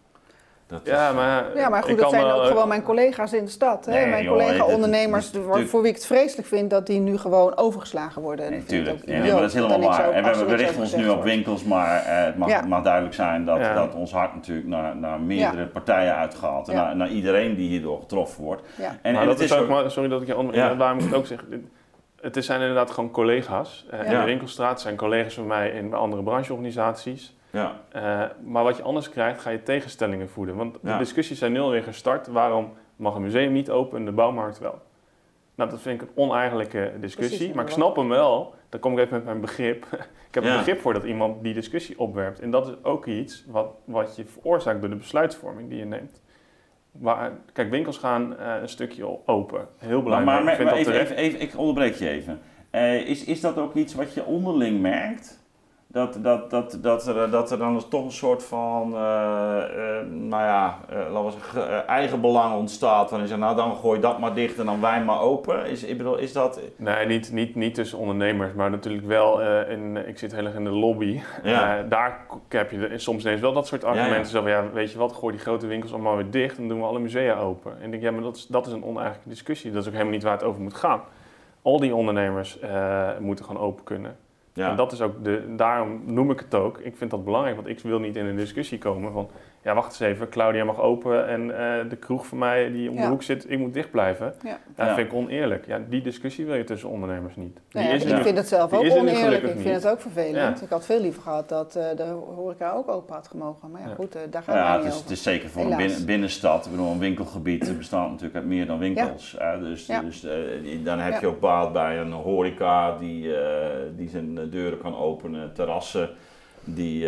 Maar goed, dat zijn ook gewoon mijn collega's in de stad. Nee, mijn collega-ondernemers, voor wie ik het vreselijk vind dat die nu gewoon overgeslagen worden. Natuurlijk, maar dat is helemaal waar. En we berichten ons nu op winkels, maar het mag duidelijk zijn dat ons hart natuurlijk naar meerdere partijen uitgaat. En naar iedereen die hierdoor getroffen wordt. Ja. Maar dat is ook, sorry dat ik je daarom moet ik ook zeggen, het zijn inderdaad gewoon collega's. In de winkelstraat zijn collega's van mij in andere brancheorganisaties. Ja. Maar wat je anders krijgt, ga je tegenstellingen voeden. Want de discussies zijn nu alweer gestart. Waarom mag een museum niet open en de bouwmarkt wel? Nou, dat vind ik een oneigenlijke discussie. Precies, maar ik snap hem wel. Dan kom ik even met mijn begrip. Ik heb een begrip voor dat iemand die discussie opwerpt. En dat is ook iets wat je veroorzaakt door de besluitvorming die je neemt. Kijk, winkels gaan een stukje open. Heel belangrijk. Maar even, ik onderbreek je even. Is dat ook iets wat je onderling merkt? Dat er dan toch een soort van, laten we zeggen, eigen belang ontstaat. Waarin je zegt, nou dan gooi dat maar dicht en dan wij maar open. Is dat... Nee, niet tussen ondernemers, maar natuurlijk wel, ik zit heel erg in de lobby. Ja. Daar heb je soms ineens wel dat soort argumenten. Zo van, weet je wat, gooi die grote winkels allemaal weer dicht en dan doen we alle musea open. En ik denk, maar dat is een oneigenlijke discussie. Dat is ook helemaal niet waar het over moet gaan. Al die ondernemers moeten gewoon open kunnen. Ja. En dat is ook daarom noem ik het ook. Ik vind dat belangrijk, want ik wil niet in een discussie komen van... Ja, wacht eens even, Claudia mag open en de kroeg van mij die om de hoek zit, ik moet dicht blijven. Ja. Dat vind ik oneerlijk. Ja, die discussie wil je tussen ondernemers niet. Ik vind het zelf ook oneerlijk. Ik vind het ook vervelend. Ja. Ik had veel liever gehad dat de horeca ook open had gemogen. Maar goed, daar gaan we niet over. Het is zeker voor een binnenstad. Ik bedoel, een winkelgebied bestaat natuurlijk uit meer dan winkels. Ja. Dus dan heb je ook baat bij een horeca die zijn deuren kan openen, terrassen die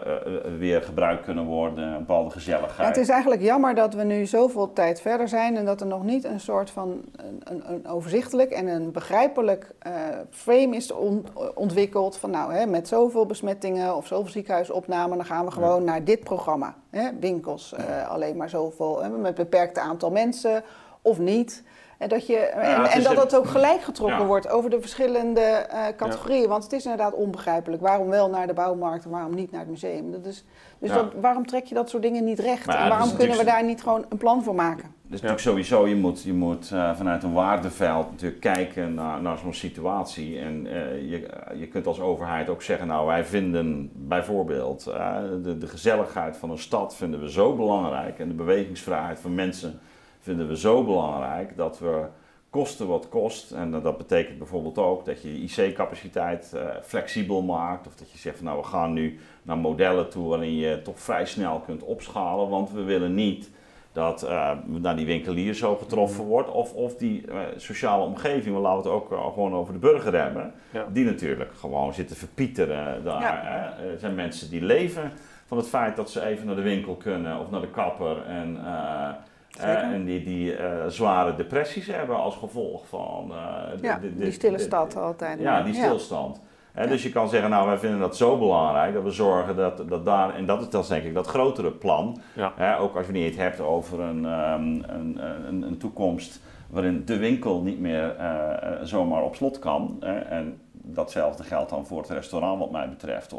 weer gebruikt kunnen worden, een bepaalde gezelligheid. Ja, het is eigenlijk jammer dat we nu zoveel tijd verder zijn en dat er nog niet een soort van een overzichtelijk en een begrijpelijk frame is ontwikkeld van met zoveel besmettingen of zoveel ziekenhuisopnamen, dan gaan we gewoon naar dit programma. Winkels, alleen maar zoveel, met een beperkt aantal mensen of niet. En dat het ook gelijk getrokken wordt over de verschillende categorieën. Want het is inderdaad onbegrijpelijk. Waarom wel naar de bouwmarkt en waarom niet naar het museum? Waarom trek je dat soort dingen niet recht? En waarom kunnen we daar niet gewoon een plan voor maken? Dus natuurlijk sowieso, je moet vanuit een waardeveld natuurlijk kijken naar zo'n situatie. En je kunt als overheid ook zeggen, nou wij vinden bijvoorbeeld de gezelligheid van een stad vinden we zo belangrijk. En de bewegingsvrijheid van mensen vinden we zo belangrijk dat we kosten wat kost. En dat betekent bijvoorbeeld ook dat je IC-capaciteit flexibel maakt. Of dat je zegt, we gaan nu naar modellen toe waarin je toch vrij snel kunt opschalen. Want we willen niet dat die winkelier zo getroffen wordt. Of die sociale omgeving, we laten we het ook gewoon over de burger hebben. Ja. Die natuurlijk gewoon zitten verpieteren daar. Ja. Er zijn mensen die leven van het feit dat ze even naar de winkel kunnen of naar de kapper. En die zware depressies hebben als gevolg van... die stille stad altijd. Ja, die stilstand. Ja. Dus je kan zeggen, wij vinden dat zo belangrijk dat we zorgen dat daar... En dat is denk ik dat grotere plan. Ja. Ook als je niet hebt over een toekomst waarin de winkel niet meer zomaar op slot kan. En datzelfde geldt dan voor het restaurant wat mij betreft.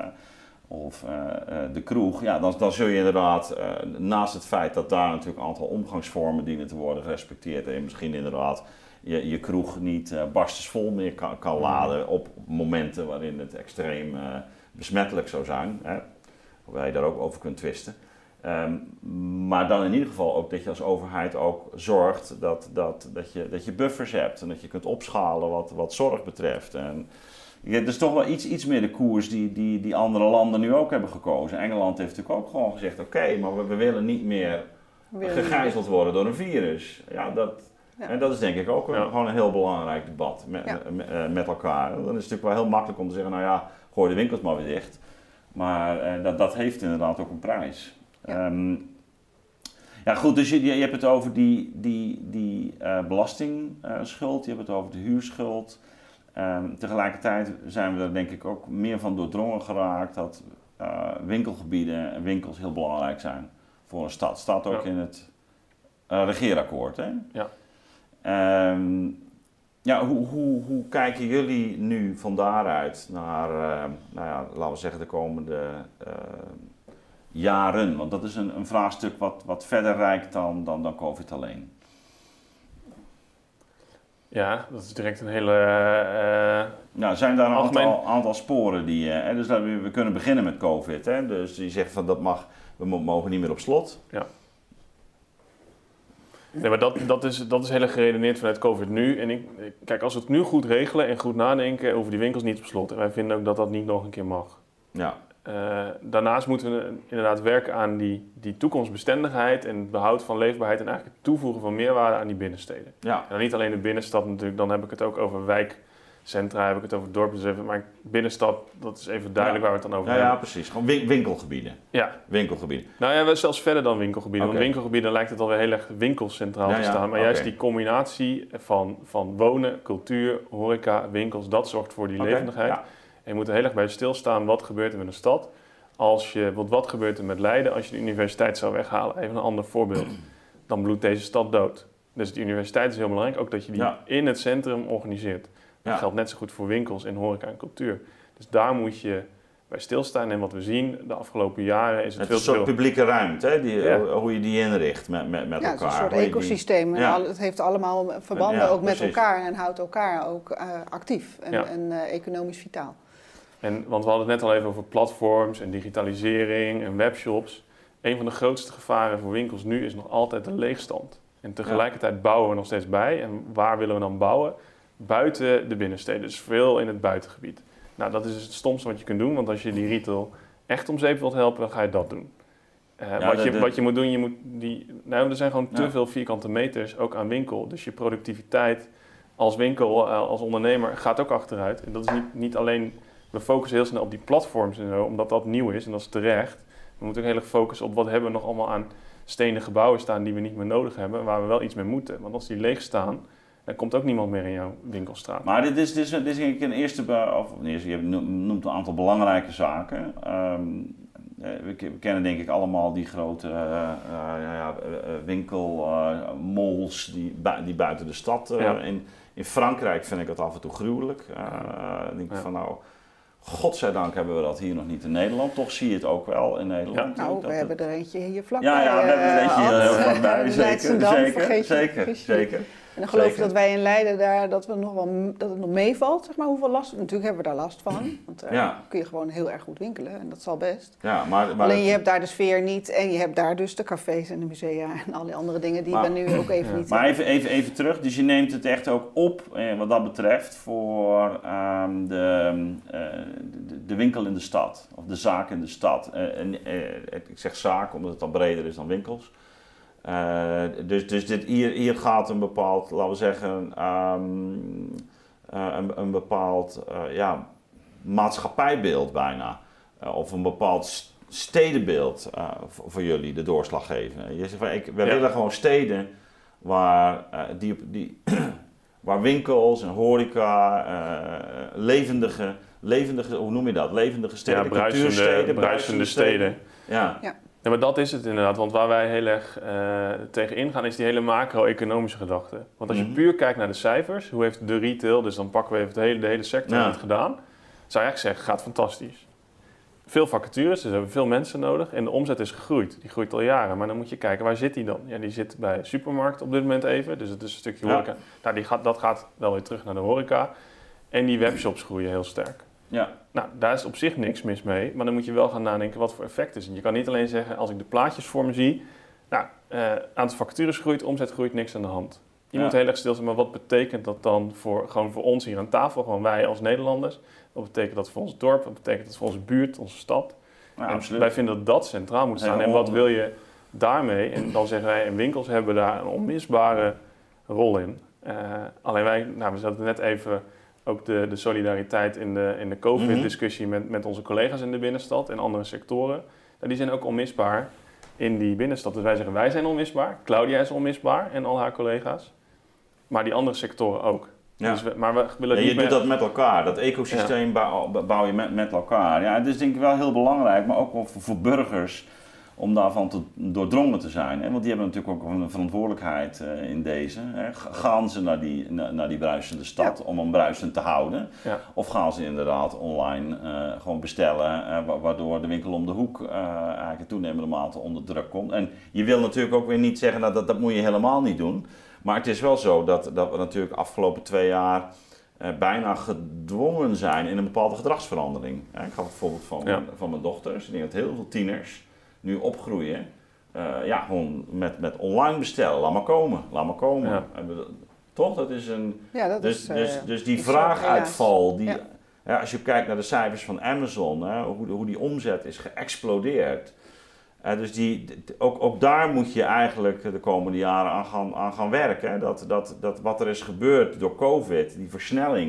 Of de kroeg, dan zul je inderdaad, naast het feit dat daar natuurlijk een aantal omgangsvormen dienen te worden gerespecteerd en je misschien inderdaad je kroeg niet barstensvol meer kan laden op momenten waarin het extreem besmettelijk zou zijn, waar je daar ook over kunt twisten. Maar dan in ieder geval ook dat je als overheid ook zorgt dat je buffers hebt en dat je kunt opschalen wat zorg betreft. En, het is toch wel iets meer de koers die andere landen nu ook hebben gekozen. Engeland heeft natuurlijk ook gewoon gezegd, oké, maar we willen niet meer gegijzeld worden door een virus. En dat is denk ik ook gewoon een heel belangrijk debat met elkaar. Dan is het natuurlijk wel heel makkelijk om te zeggen, gooi de winkels maar weer dicht. Maar dat heeft inderdaad ook een prijs. Ja. Goed, dus je hebt het over die belastingschuld, je hebt het over de huurschuld. Tegelijkertijd zijn we er denk ik ook meer van doordrongen geraakt dat winkelgebieden en winkels heel belangrijk zijn voor een stad. Staat ook in het regeerakkoord. Hè? Ja. Hoe kijken jullie nu van daaruit naar, laten we zeggen, de komende jaren? Want dat is een vraagstuk wat verder reikt dan COVID alleen. Ja, dat is direct een hele... zijn daar een aantal sporen die... dus we kunnen beginnen met COVID. Dus die zegt van we mogen niet meer op slot. Ja. Nee, maar dat is heel erg geredeneerd vanuit COVID nu. En kijk, als we het nu goed regelen en goed nadenken, hoeven die winkels niet op slot. En wij vinden ook dat dat niet nog een keer mag. Ja. Daarnaast moeten we inderdaad werken aan die toekomstbestendigheid en het behoud van leefbaarheid en eigenlijk het toevoegen van meerwaarde aan die binnensteden. Ja. En dan niet alleen de binnenstad natuurlijk, dan heb ik het ook over Centra heb ik het over dorpen, dus even, maar binnenstad, dat is even duidelijk waar we het dan over hebben. Ja, precies. Gewoon winkelgebieden. Ja. Winkelgebieden. Nou ja, zelfs verder dan winkelgebieden. Okay. Want winkelgebieden lijkt het alweer heel erg winkelcentraal te staan. Maar juist die combinatie van wonen, cultuur, horeca, winkels, dat zorgt voor die levendigheid. Ja. En je moet er heel erg bij stilstaan, wat gebeurt er met een stad? Want wat gebeurt er met Leiden als je de universiteit zou weghalen? Even een ander voorbeeld. Dan bloedt deze stad dood. Dus de universiteit is heel belangrijk, ook dat je die in het centrum organiseert. Dat geldt net zo goed voor winkels in horeca en cultuur. Dus daar moet je bij stilstaan. En wat we zien de afgelopen jaren is het veel te veel... Het is een soort publieke ruimte, hè? Hoe je die inricht met elkaar. Ja, het is een soort ecosysteem. Het heeft allemaal verbanden ook met elkaar en houdt elkaar ook actief en economisch vitaal. Want we hadden het net al even over platforms en digitalisering en webshops. Een van de grootste gevaren voor winkels nu is nog altijd de leegstand. En tegelijkertijd bouwen we nog steeds bij. En waar willen we dan bouwen? Buiten de binnensteden, dus veel in het buitengebied. Nou, dat is het stomste wat je kunt doen, want als je die retail echt om zeep wilt helpen, dan ga je dat doen. Wat je moet doen, er zijn gewoon te veel vierkante meters, ook aan winkel. Dus je productiviteit als winkel, als ondernemer, gaat ook achteruit. En dat is niet alleen, we focussen heel snel op die platforms en zo, omdat dat nieuw is en dat is terecht. We moeten ook heel erg focussen op wat hebben we nog allemaal aan stenen gebouwen staan die we niet meer nodig hebben, waar we wel iets mee moeten. Want als die leeg staan, dan komt ook niemand meer in jouw winkelstraat. Maar dit is denk ik een eerste, je noemt een aantal belangrijke zaken. We kennen denk ik allemaal die grote winkelmalls die buiten de stad. In Frankrijk vind ik dat af en toe gruwelijk. Denk ik van godzijdank hebben we dat hier nog niet in Nederland. Toch zie je het ook wel in Nederland. Ja. We hebben er eentje hier vlakbij. Ja, we hebben er eentje hier heel vlakbij. Zeker. En dan geloof ik dat wij in Leiden dat het nog meevalt, zeg maar, hoeveel last. Natuurlijk hebben we daar last van, want kun je gewoon heel erg goed winkelen en dat zal best. Ja, maar alleen je hebt daar de sfeer niet en je hebt daar dus de cafés en de musea en al die andere dingen die we nu ook even niet. Maar even terug, dus je neemt het echt ook op wat dat betreft voor de winkel in de stad of de zaak in de stad. Ik zeg zaak omdat het dan breder is dan winkels. Dus hier gaat een bepaald, laten we zeggen, een bepaald maatschappijbeeld bijna. Of een bepaald stedenbeeld voor jullie de doorslag geven. Je zegt van, we willen gewoon steden waar winkels en horeca, levendige, hoe noem je dat? Levendige steden, bruisende steden. Ja, maar dat is het inderdaad, want waar wij heel erg tegen ingaan is die hele macro-economische gedachte. Want als je puur kijkt naar de cijfers, hoe heeft de retail, dus dan pakken we even de hele sector niet gedaan, zou je eigenlijk zeggen, gaat fantastisch. Veel vacatures, dus we hebben veel mensen nodig en de omzet is gegroeid. Die groeit al jaren, maar dan moet je kijken, waar zit die dan? Ja, die zit bij supermarkt op dit moment even, dus het is een stukje horeca. Nou, dat gaat wel weer terug naar de horeca en die webshops groeien heel sterk. Ja. Nou, daar is op zich niks mis mee, maar dan moet je wel gaan nadenken wat voor effect is. En je kan niet alleen zeggen, als ik de plaatjes voor me zie, aantal vacatures groeit, omzet groeit, niks aan de hand. Je moet heel erg stil zijn, maar wat betekent dat dan gewoon voor ons hier aan tafel, gewoon wij als Nederlanders? Wat betekent dat voor ons dorp? Wat betekent dat voor onze buurt, onze stad? Ja, wij vinden dat dat centraal moet staan. En wat wil je daarmee? En dan zeggen wij, en winkels hebben daar een onmisbare rol in. Alleen we zaten net even ook de solidariteit in de COVID-discussie met onze collega's in de binnenstad en andere sectoren. Die zijn ook onmisbaar in die binnenstad. Dus wij zeggen, wij zijn onmisbaar. Claudia is onmisbaar en al haar collega's. Maar die andere sectoren ook. Ja. Dus we willen niet je doet dat met elkaar. Dat ecosysteem bouw je met elkaar. Ja, het is denk ik wel heel belangrijk, maar ook wel voor burgers om daarvan doordrongen te zijn. Hè? Want die hebben natuurlijk ook een verantwoordelijkheid in deze. Hè? Gaan ze naar die bruisende stad om hem bruisend te houden? Ja. Of gaan ze inderdaad online gewoon bestellen, waardoor de winkel om de hoek eigenlijk in toenemende mate onder druk komt. En je wil natuurlijk ook weer niet zeggen, dat moet je helemaal niet doen. Maar het is wel zo dat we natuurlijk afgelopen 2 jaar bijna gedwongen zijn in een bepaalde gedragsverandering. Ik gaf het voorbeeld van mijn dochters. Ik denk dat heel veel tieners nu opgroeien, gewoon met online bestellen. Laat maar komen. Ja. Toch? Dat is een. Ja, dat dus die vraaguitval, als je kijkt naar de cijfers van Amazon, hoe die omzet is geëxplodeerd. Dus ook daar moet je eigenlijk de komende jaren aan gaan werken. Dat wat er is gebeurd door COVID, die versnelling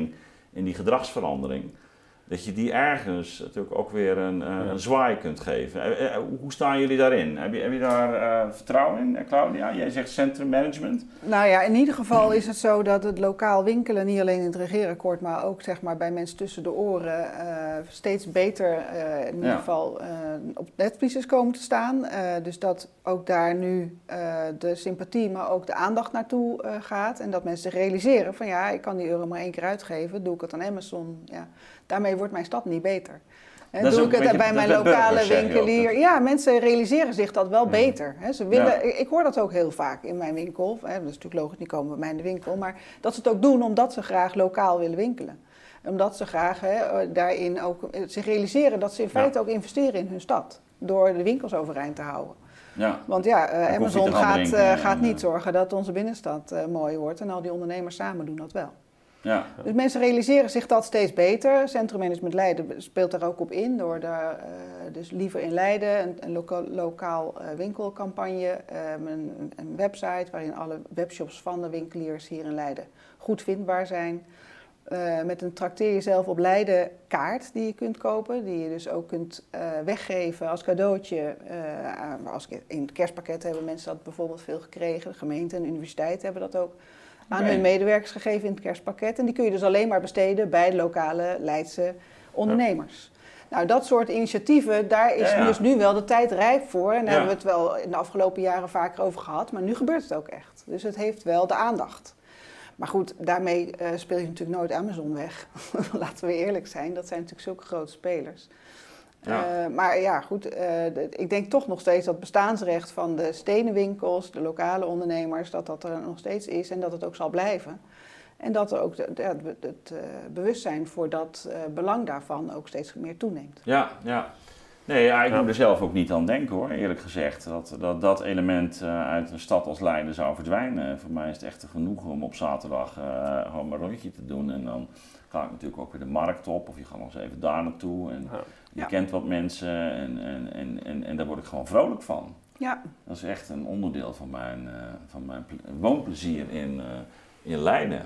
in die gedragsverandering, dat je die ergens natuurlijk ook weer een zwaai kunt geven. Hoe staan jullie daarin? Heb je daar vertrouwen in, Claudia? Jij zegt centrummanagement. Nou ja, in ieder geval is het zo dat het lokaal winkelen, niet alleen in het regeerakkoord, maar ook zeg maar, bij mensen tussen de oren, steeds beter in ieder geval op netvlies is komen te staan. Dus dat ook daar nu de sympathie, maar ook de aandacht naartoe gaat. En dat mensen zich realiseren van ja, ik kan die euro maar 1 keer uitgeven, doe ik het aan Amazon. Ja, daarmee wordt mijn stad niet beter. Doe ik het bij mijn lokale winkelier. Ja, mensen realiseren zich dat wel beter. Ze willen, ik hoor dat ook heel vaak in mijn winkel. Dat is natuurlijk logisch, die komen bij mij in de winkel. Maar dat ze het ook doen omdat ze graag lokaal willen winkelen. Omdat ze graag daarin ook zich realiseren dat ze in feite ook investeren in hun stad. Door de winkels overeind te houden. Ja. Want Amazon gaat niet zorgen dat onze binnenstad mooi wordt. En al die ondernemers samen doen dat wel. Ja. Dus mensen realiseren zich dat steeds beter. Centrummanagement Leiden speelt daar ook op in door dus liever in Leiden een lokaal winkelcampagne, een website waarin alle webshops van de winkeliers hier in Leiden goed vindbaar zijn. Met een trakteer jezelf op Leiden kaart die je kunt kopen, die je dus ook kunt weggeven als cadeautje. In het kerstpakket hebben mensen dat bijvoorbeeld veel gekregen. De gemeente en de universiteit hebben dat ook aan hun medewerkers gegeven in het kerstpakket. En die kun je dus alleen maar besteden bij de lokale Leidse ondernemers. Nou, dat soort initiatieven, daar is dus nu wel de tijd rijp voor. En daar hebben we het wel in de afgelopen jaren vaker over gehad. Maar nu gebeurt het ook echt. Dus het heeft wel de aandacht. Maar goed, daarmee speel je natuurlijk nooit Amazon weg. Laten we eerlijk zijn, dat zijn natuurlijk zulke grote spelers. Ja. Maar ja, goed, ik denk toch nog steeds dat bestaansrecht van de stenenwinkels, de lokale ondernemers, dat er nog steeds is en dat het ook zal blijven. En dat er ook het bewustzijn voor dat belang daarvan ook steeds meer toeneemt. Ja. Nee, ik moet er zelf ook niet aan denken hoor, eerlijk gezegd. Dat element uit een stad als Leiden zou verdwijnen. Voor mij is het echt genoeg om op zaterdag gewoon maar een rondje te doen. En dan ga ik natuurlijk ook weer de markt op of je gaat nog eens even daar naartoe. En je kent wat mensen en daar word ik gewoon vrolijk van. Ja. Dat is echt een onderdeel van mijn woonplezier in Leiden.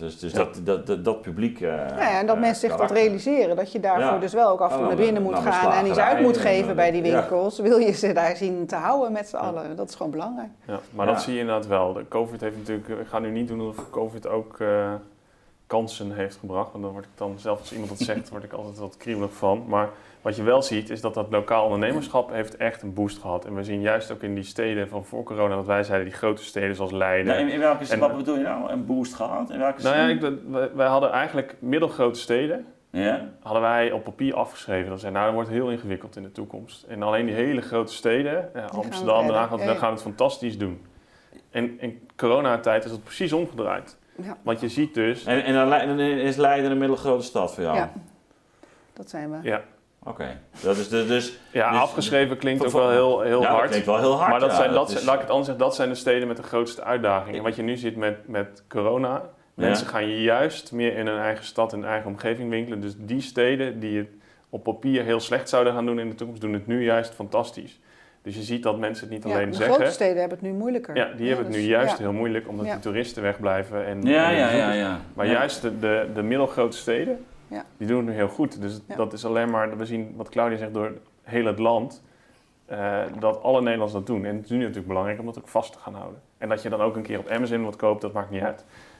Dat publiek... en dat mensen zich dat realiseren. Dat je daarvoor dus wel ook af en toe naar binnen moet gaan en iets uit moet geven bij die winkels. Wil je ze daar zien te houden met z'n allen. Dat is gewoon belangrijk. Ja, maar dat zie je inderdaad wel. De COVID heeft natuurlijk... Ik ga nu niet doen of COVID ook kansen heeft gebracht. Want dan word ik dan zelf, als iemand dat zegt, word ik altijd wat kriebelig van. Maar wat je wel ziet, is dat lokaal ondernemerschap heeft echt een boost gehad. En we zien juist ook in die steden van voor corona, dat wij zeiden, die grote steden zoals Leiden. Ja, in welke wat bedoel je nou? Een boost gehad? In welke wij hadden eigenlijk middelgrote steden. Ja. Hadden wij op papier afgeschreven. Dat zei, dat wordt heel ingewikkeld in de toekomst. En alleen die hele grote steden, Amsterdam, Den Haag, dan gaan we het fantastisch doen. En in coronatijd is dat precies omgedraaid. Ja. Want je ziet dus... En dan is Leiden een middelgrote stad voor jou? Ja, dat zijn we. Ja. Oké. Dat is dus afgeschreven klinkt ook wel heel hard. Dat klinkt wel heel hard. Maar laat ik het anders zeggen, dat zijn de steden met de grootste uitdagingen. En wat je nu ziet met corona, mensen gaan juist meer in hun eigen stad, in hun eigen omgeving winkelen. Dus die steden die het op papier heel slecht zouden gaan doen in de toekomst, doen het nu juist fantastisch. Dus je ziet dat mensen het niet alleen zeggen. De grote steden hebben het nu moeilijker. Ja, die hebben het nu juist heel moeilijk, omdat de toeristen wegblijven. Maar juist de middelgrote steden, die doen het nu heel goed. Dus dat is alleen maar, we zien wat Claudia zegt, door heel het land, dat alle Nederlanders dat doen. En het is nu natuurlijk belangrijk om dat ook vast te gaan houden. En dat je dan ook een keer op Amazon wat koopt, dat maakt niet uit.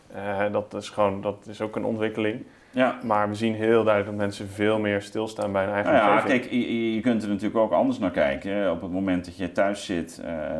Dat is ook een ontwikkeling. Ja. Maar we zien heel duidelijk dat mensen veel meer stilstaan bij hun eigen omgeving. Kijk, je kunt er natuurlijk ook anders naar kijken. Op het moment dat je thuis zit,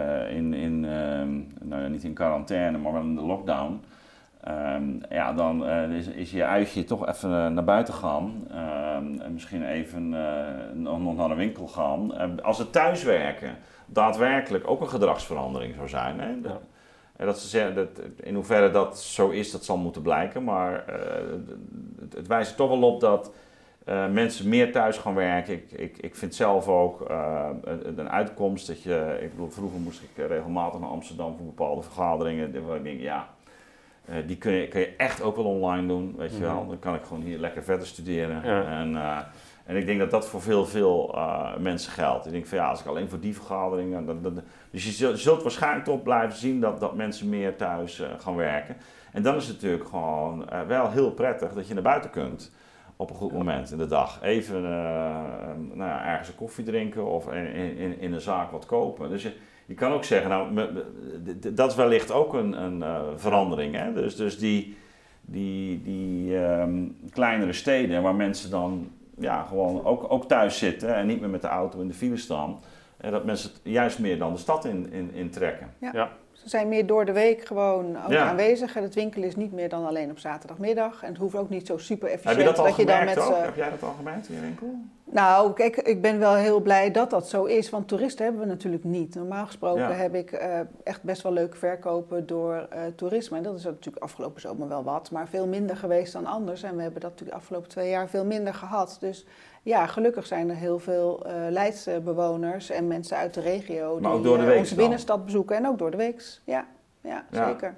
niet in quarantaine, maar wel in de lockdown. Dan is je uitje toch even naar buiten gaan. En misschien even nog naar de winkel gaan. Als het thuiswerken daadwerkelijk ook een gedragsverandering zou zijn. Hè? En in hoeverre dat zo is, dat zal moeten blijken. Maar het wijst er toch wel op dat mensen meer thuis gaan werken. Ik vind zelf ook een uitkomst dat vroeger moest ik regelmatig naar Amsterdam voor bepaalde vergaderingen. Waar ik denk, Die kun je echt ook wel online doen, weet je wel. Dan kan ik gewoon hier lekker verder studeren. Ja. En ik denk dat dat voor veel mensen geldt. Ik denk van als ik alleen voor die vergaderingen... Dus je zult waarschijnlijk toch blijven zien dat mensen meer thuis gaan werken. En dan is het natuurlijk gewoon wel heel prettig dat je naar buiten kunt. Op een goed moment in de dag. Even ergens een koffie drinken of in een zaak wat kopen. Dus je kan ook zeggen, dat is wellicht ook een verandering. Hè? Dus die kleinere steden waar mensen dan gewoon ook thuis zitten en niet meer met de auto in de file staan. Dat mensen juist meer dan de stad in trekken. Ja. Ze zijn meer door de week gewoon ook aanwezig. En het winkelen is niet meer dan alleen op zaterdagmiddag. En het hoeft ook niet zo super efficiënt. Heb je dat al gemerkt ook? Heb jij dat al gemerkt in je winkel? Nou, kijk, ik ben wel heel blij dat dat zo is. Want toeristen hebben we natuurlijk niet. Normaal gesproken heb ik echt best wel leuke verkopen door toerisme. En dat is natuurlijk afgelopen zomer wel wat. Maar veel minder geweest dan anders. En we hebben dat natuurlijk de afgelopen 2 jaar veel minder gehad. Dus ja, gelukkig zijn er heel veel Leidse bewoners en mensen uit de regio maar die onze binnenstad bezoeken. En ook door de week. Ja, zeker.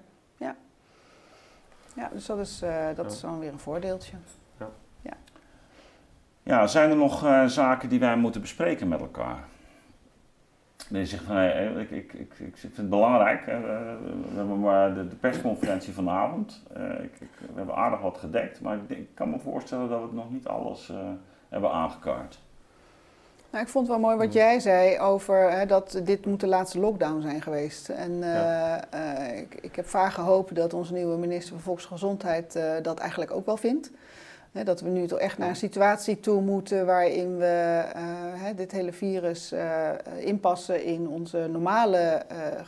Ja, dus dat is dan weer een voordeeltje. Ja, zijn er nog zaken die wij moeten bespreken met elkaar? Je zegt van, ik vind het belangrijk. We hebben maar de persconferentie vanavond. We hebben aardig wat gedekt, maar ik kan me voorstellen dat we nog niet alles hebben aangekaart. Nou, ik vond het wel mooi wat jij zei over dat dit moet de laatste lockdown zijn geweest. En ik heb vaag gehoopt dat onze nieuwe minister van Volksgezondheid dat eigenlijk ook wel vindt. Dat we nu toch echt naar een situatie toe moeten waarin we dit hele virus inpassen in onze normale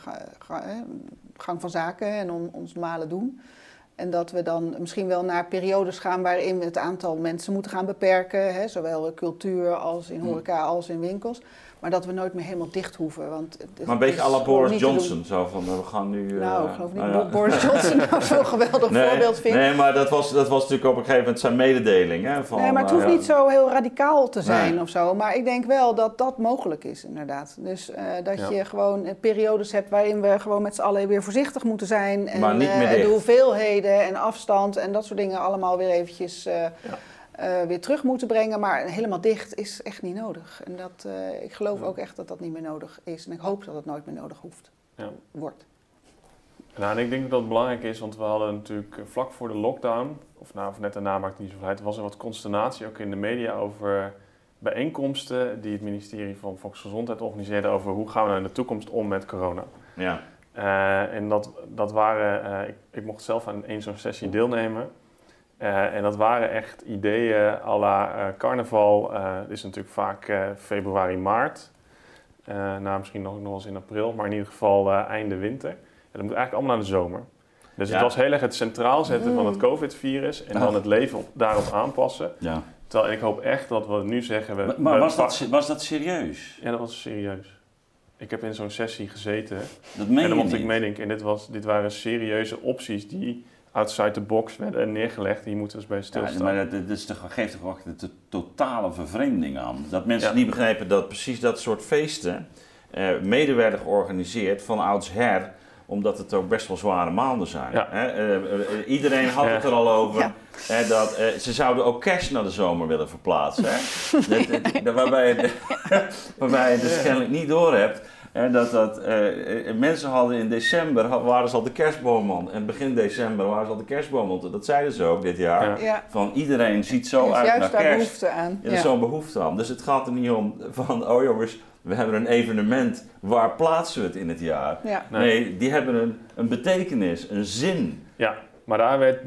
gang van zaken en ons normale doen. En dat we dan misschien wel naar periodes gaan waarin we het aantal mensen moeten gaan beperken. Zowel cultuur als in horeca als in winkels. Maar dat we nooit meer helemaal dicht hoeven. Want maar een beetje à la Boris Johnson. Zo van, we gaan nu... Nou, ik geloof niet dat Boris Johnson nou zo'n geweldig voorbeeld vindt. Nee, maar dat was natuurlijk op een gegeven moment zijn mededeling. Hè, van, nee, maar het hoeft niet zo heel radicaal te zijn of zo. Maar ik denk wel dat dat mogelijk is, inderdaad. Dus dat je gewoon periodes hebt waarin we gewoon met z'n allen weer voorzichtig moeten zijn. En, maar niet meer dicht. De hoeveelheden en afstand en dat soort dingen allemaal weer eventjes... weer terug moeten brengen, maar helemaal dicht is echt niet nodig. En ik geloof ook echt dat dat niet meer nodig is. En ik hoop dat het nooit meer nodig wordt. Nou, en ik denk dat het belangrijk is, want we hadden natuurlijk vlak voor de lockdown, of net daarna maakt het niet zoveel uit, was er wat consternatie ook in de media over bijeenkomsten die het ministerie van Volksgezondheid organiseerde over hoe gaan we nou in de toekomst om met corona. Ja. En dat waren, ik mocht zelf aan één zo'n sessie deelnemen. En dat waren echt ideeën à la carnaval. Is natuurlijk vaak februari, maart. Misschien nog wel eens in april, maar in ieder geval einde winter. En dat moet eigenlijk allemaal naar de zomer. Dus het was heel erg het centraal zetten van het COVID-virus en dan het leven daarop aanpassen. Ja. Terwijl ik hoop echt dat we nu zeggen... Maar was dat serieus? Ja, dat was serieus. Ik heb in zo'n sessie gezeten. Dat meen je en dan mocht niet. ik meedenken. En dit waren serieuze opties die... outside the box werden neergelegd, die moeten dus bij stilstaan. Ja, maar dat geeft toch ook de totale vervreemding aan. Dat mensen niet begrijpen dat precies dat soort feesten mede werden georganiseerd van oudsher, omdat het ook best wel zware maanden zijn. Ja. Iedereen had het er al over. Ja. Dat ze zouden ook kerst naar de zomer willen verplaatsen. Waarbij je dus kennelijk niet door hebt. Mensen hadden in december, waren ze al de kerstboom en begin december waren ze al de kerstboom. Dat zeiden ze ook dit jaar. Ja. Van iedereen ziet zo uit naar kerst. Behoefte aan. Er is zo'n behoefte aan. Dus het gaat er niet om van, oh jongens, we hebben een evenement, waar plaatsen we het in het jaar? Ja. Nee, die hebben een betekenis, een zin. Ja. Maar daar werd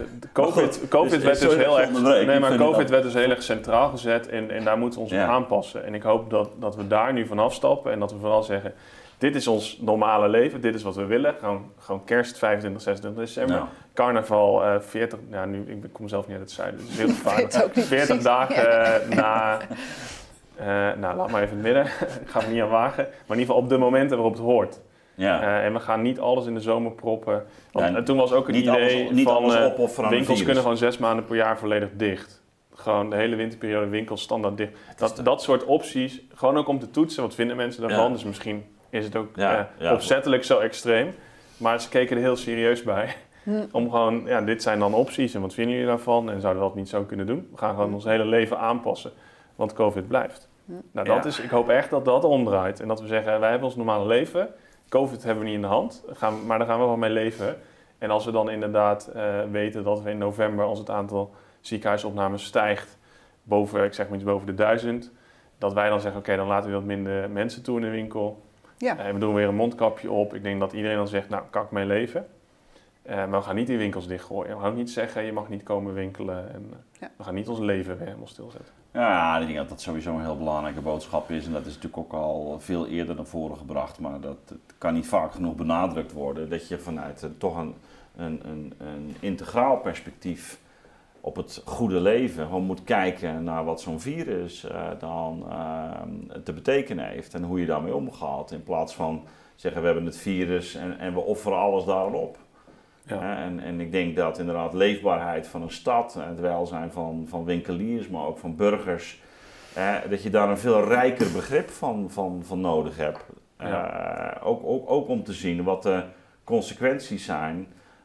COVID werd dus heel erg. Nee, maar COVID werd dus heel erg centraal gezet en daar moeten we ons op aanpassen. En ik hoop dat we daar nu van afstappen en dat we vooral zeggen: dit is ons normale leven, dit is wat we willen. Gewoon kerst 25, 26 december, carnaval 40. Nou, nu ik kom zelf niet uit het zuiden, dus heel gevaarlijk. 40 dagen na. Nou, laat maar even in het midden. Ik ga me niet aan wagen. Maar in ieder geval op de momenten waarop het hoort. Ja. En we gaan niet alles in de zomer proppen. Want toen was ook een idee van winkels kunnen gewoon 6 maanden per jaar volledig dicht. Gewoon de hele winterperiode winkels standaard dicht. Dat soort opties, gewoon ook om te toetsen, wat vinden mensen daarvan. Ja. Dus misschien is het ook opzettelijk zo extreem. Maar ze keken er heel serieus bij. Om gewoon, dit zijn dan opties en wat vinden jullie daarvan en zouden we dat niet zo kunnen doen? We gaan gewoon ons hele leven aanpassen, want COVID blijft. Nou, dat is, ik hoop echt dat dat omdraait en dat we zeggen, wij hebben ons normale leven, COVID hebben we niet in de hand, maar daar gaan we wel mee leven. En als we dan inderdaad weten dat we in november, als het aantal ziekenhuisopnames stijgt, ik zeg maar iets boven de 1000, dat wij dan zeggen, oké, dan laten we wat minder mensen toe in de winkel. Ja. We doen weer een mondkapje op. Ik denk dat iedereen dan zegt, nou, kan ik mee leven. Maar we gaan niet die winkels dichtgooien. We gaan ook niet zeggen, je mag niet komen winkelen. En we gaan niet ons leven weer helemaal stilzetten. Ja, ik denk dat dat sowieso een heel belangrijke boodschap is. En dat is natuurlijk ook al veel eerder naar voren gebracht. Maar dat kan niet vaak genoeg benadrukt worden. Dat je vanuit toch een integraal perspectief op het goede leven gewoon moet kijken naar wat zo'n virus dan te betekenen heeft. En hoe je daarmee omgaat. In plaats van zeggen, we hebben het virus en we offeren alles daarop. Ja. En ik denk dat inderdaad leefbaarheid van een stad, het welzijn van winkeliers, maar ook van burgers, dat je daar een veel rijker begrip van nodig hebt. Ja. Ook om te zien wat de consequenties zijn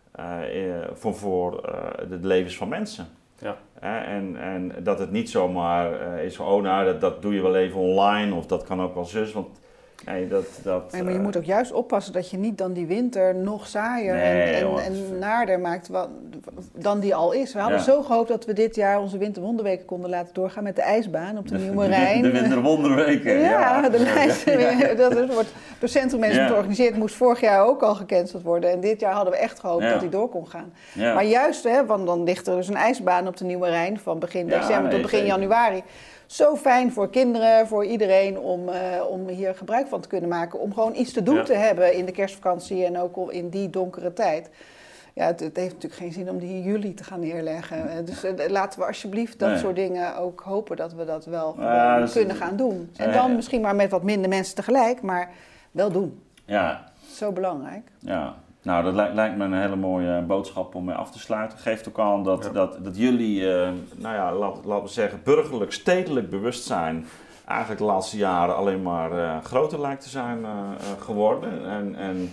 voor de levens van mensen. Ja. En dat het niet zomaar is van, dat doe je wel even online of dat kan ook wel zus, want nee, maar je moet ook juist oppassen dat je niet dan die winter nog saaier en naarder maakt dan die al is. We hadden zo gehoopt dat we dit jaar onze winterwonderweken konden laten doorgaan met de ijsbaan op de Nieuwe Rijn. De winterwonderweken. Dat wordt door Centrummanagement georganiseerd. Moest vorig jaar ook al gecanceld worden. En dit jaar hadden we echt gehoopt dat die door kon gaan. Ja. Maar juist, want dan ligt er dus een ijsbaan op de Nieuwe Rijn van begin december tot begin januari. Zo fijn voor kinderen, voor iedereen om hier gebruik van te kunnen maken. Om gewoon iets te doen te hebben in de kerstvakantie en ook in die donkere tijd. Ja, het heeft natuurlijk geen zin om die in juli te gaan neerleggen. Dus laten we alsjeblieft dat soort dingen ook hopen dat we dat wel kunnen gaan doen. En dan misschien maar met wat minder mensen tegelijk, maar wel doen. Ja. Zo belangrijk. Ja. Nou, dat lijkt me een hele mooie boodschap om mee af te sluiten. Geeft ook aan dat jullie, laten we zeggen, burgerlijk, stedelijk bewustzijn eigenlijk de laatste jaren alleen maar groter lijkt te zijn geworden. En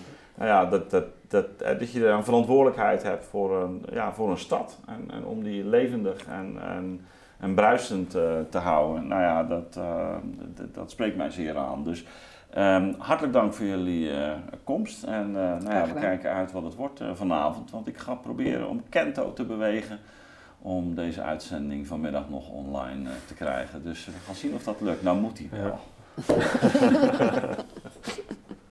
dat je een verantwoordelijkheid hebt voor een stad. En om die levendig en bruisend te houden. Nou ja, dat spreekt mij zeer aan. Dus hartelijk dank voor jullie komst. En we kijken uit wat het wordt vanavond. Want ik ga proberen om Kento te bewegen om deze uitzending vanmiddag nog online te krijgen. Dus we gaan zien of dat lukt. Nou moet hij wel. Ja.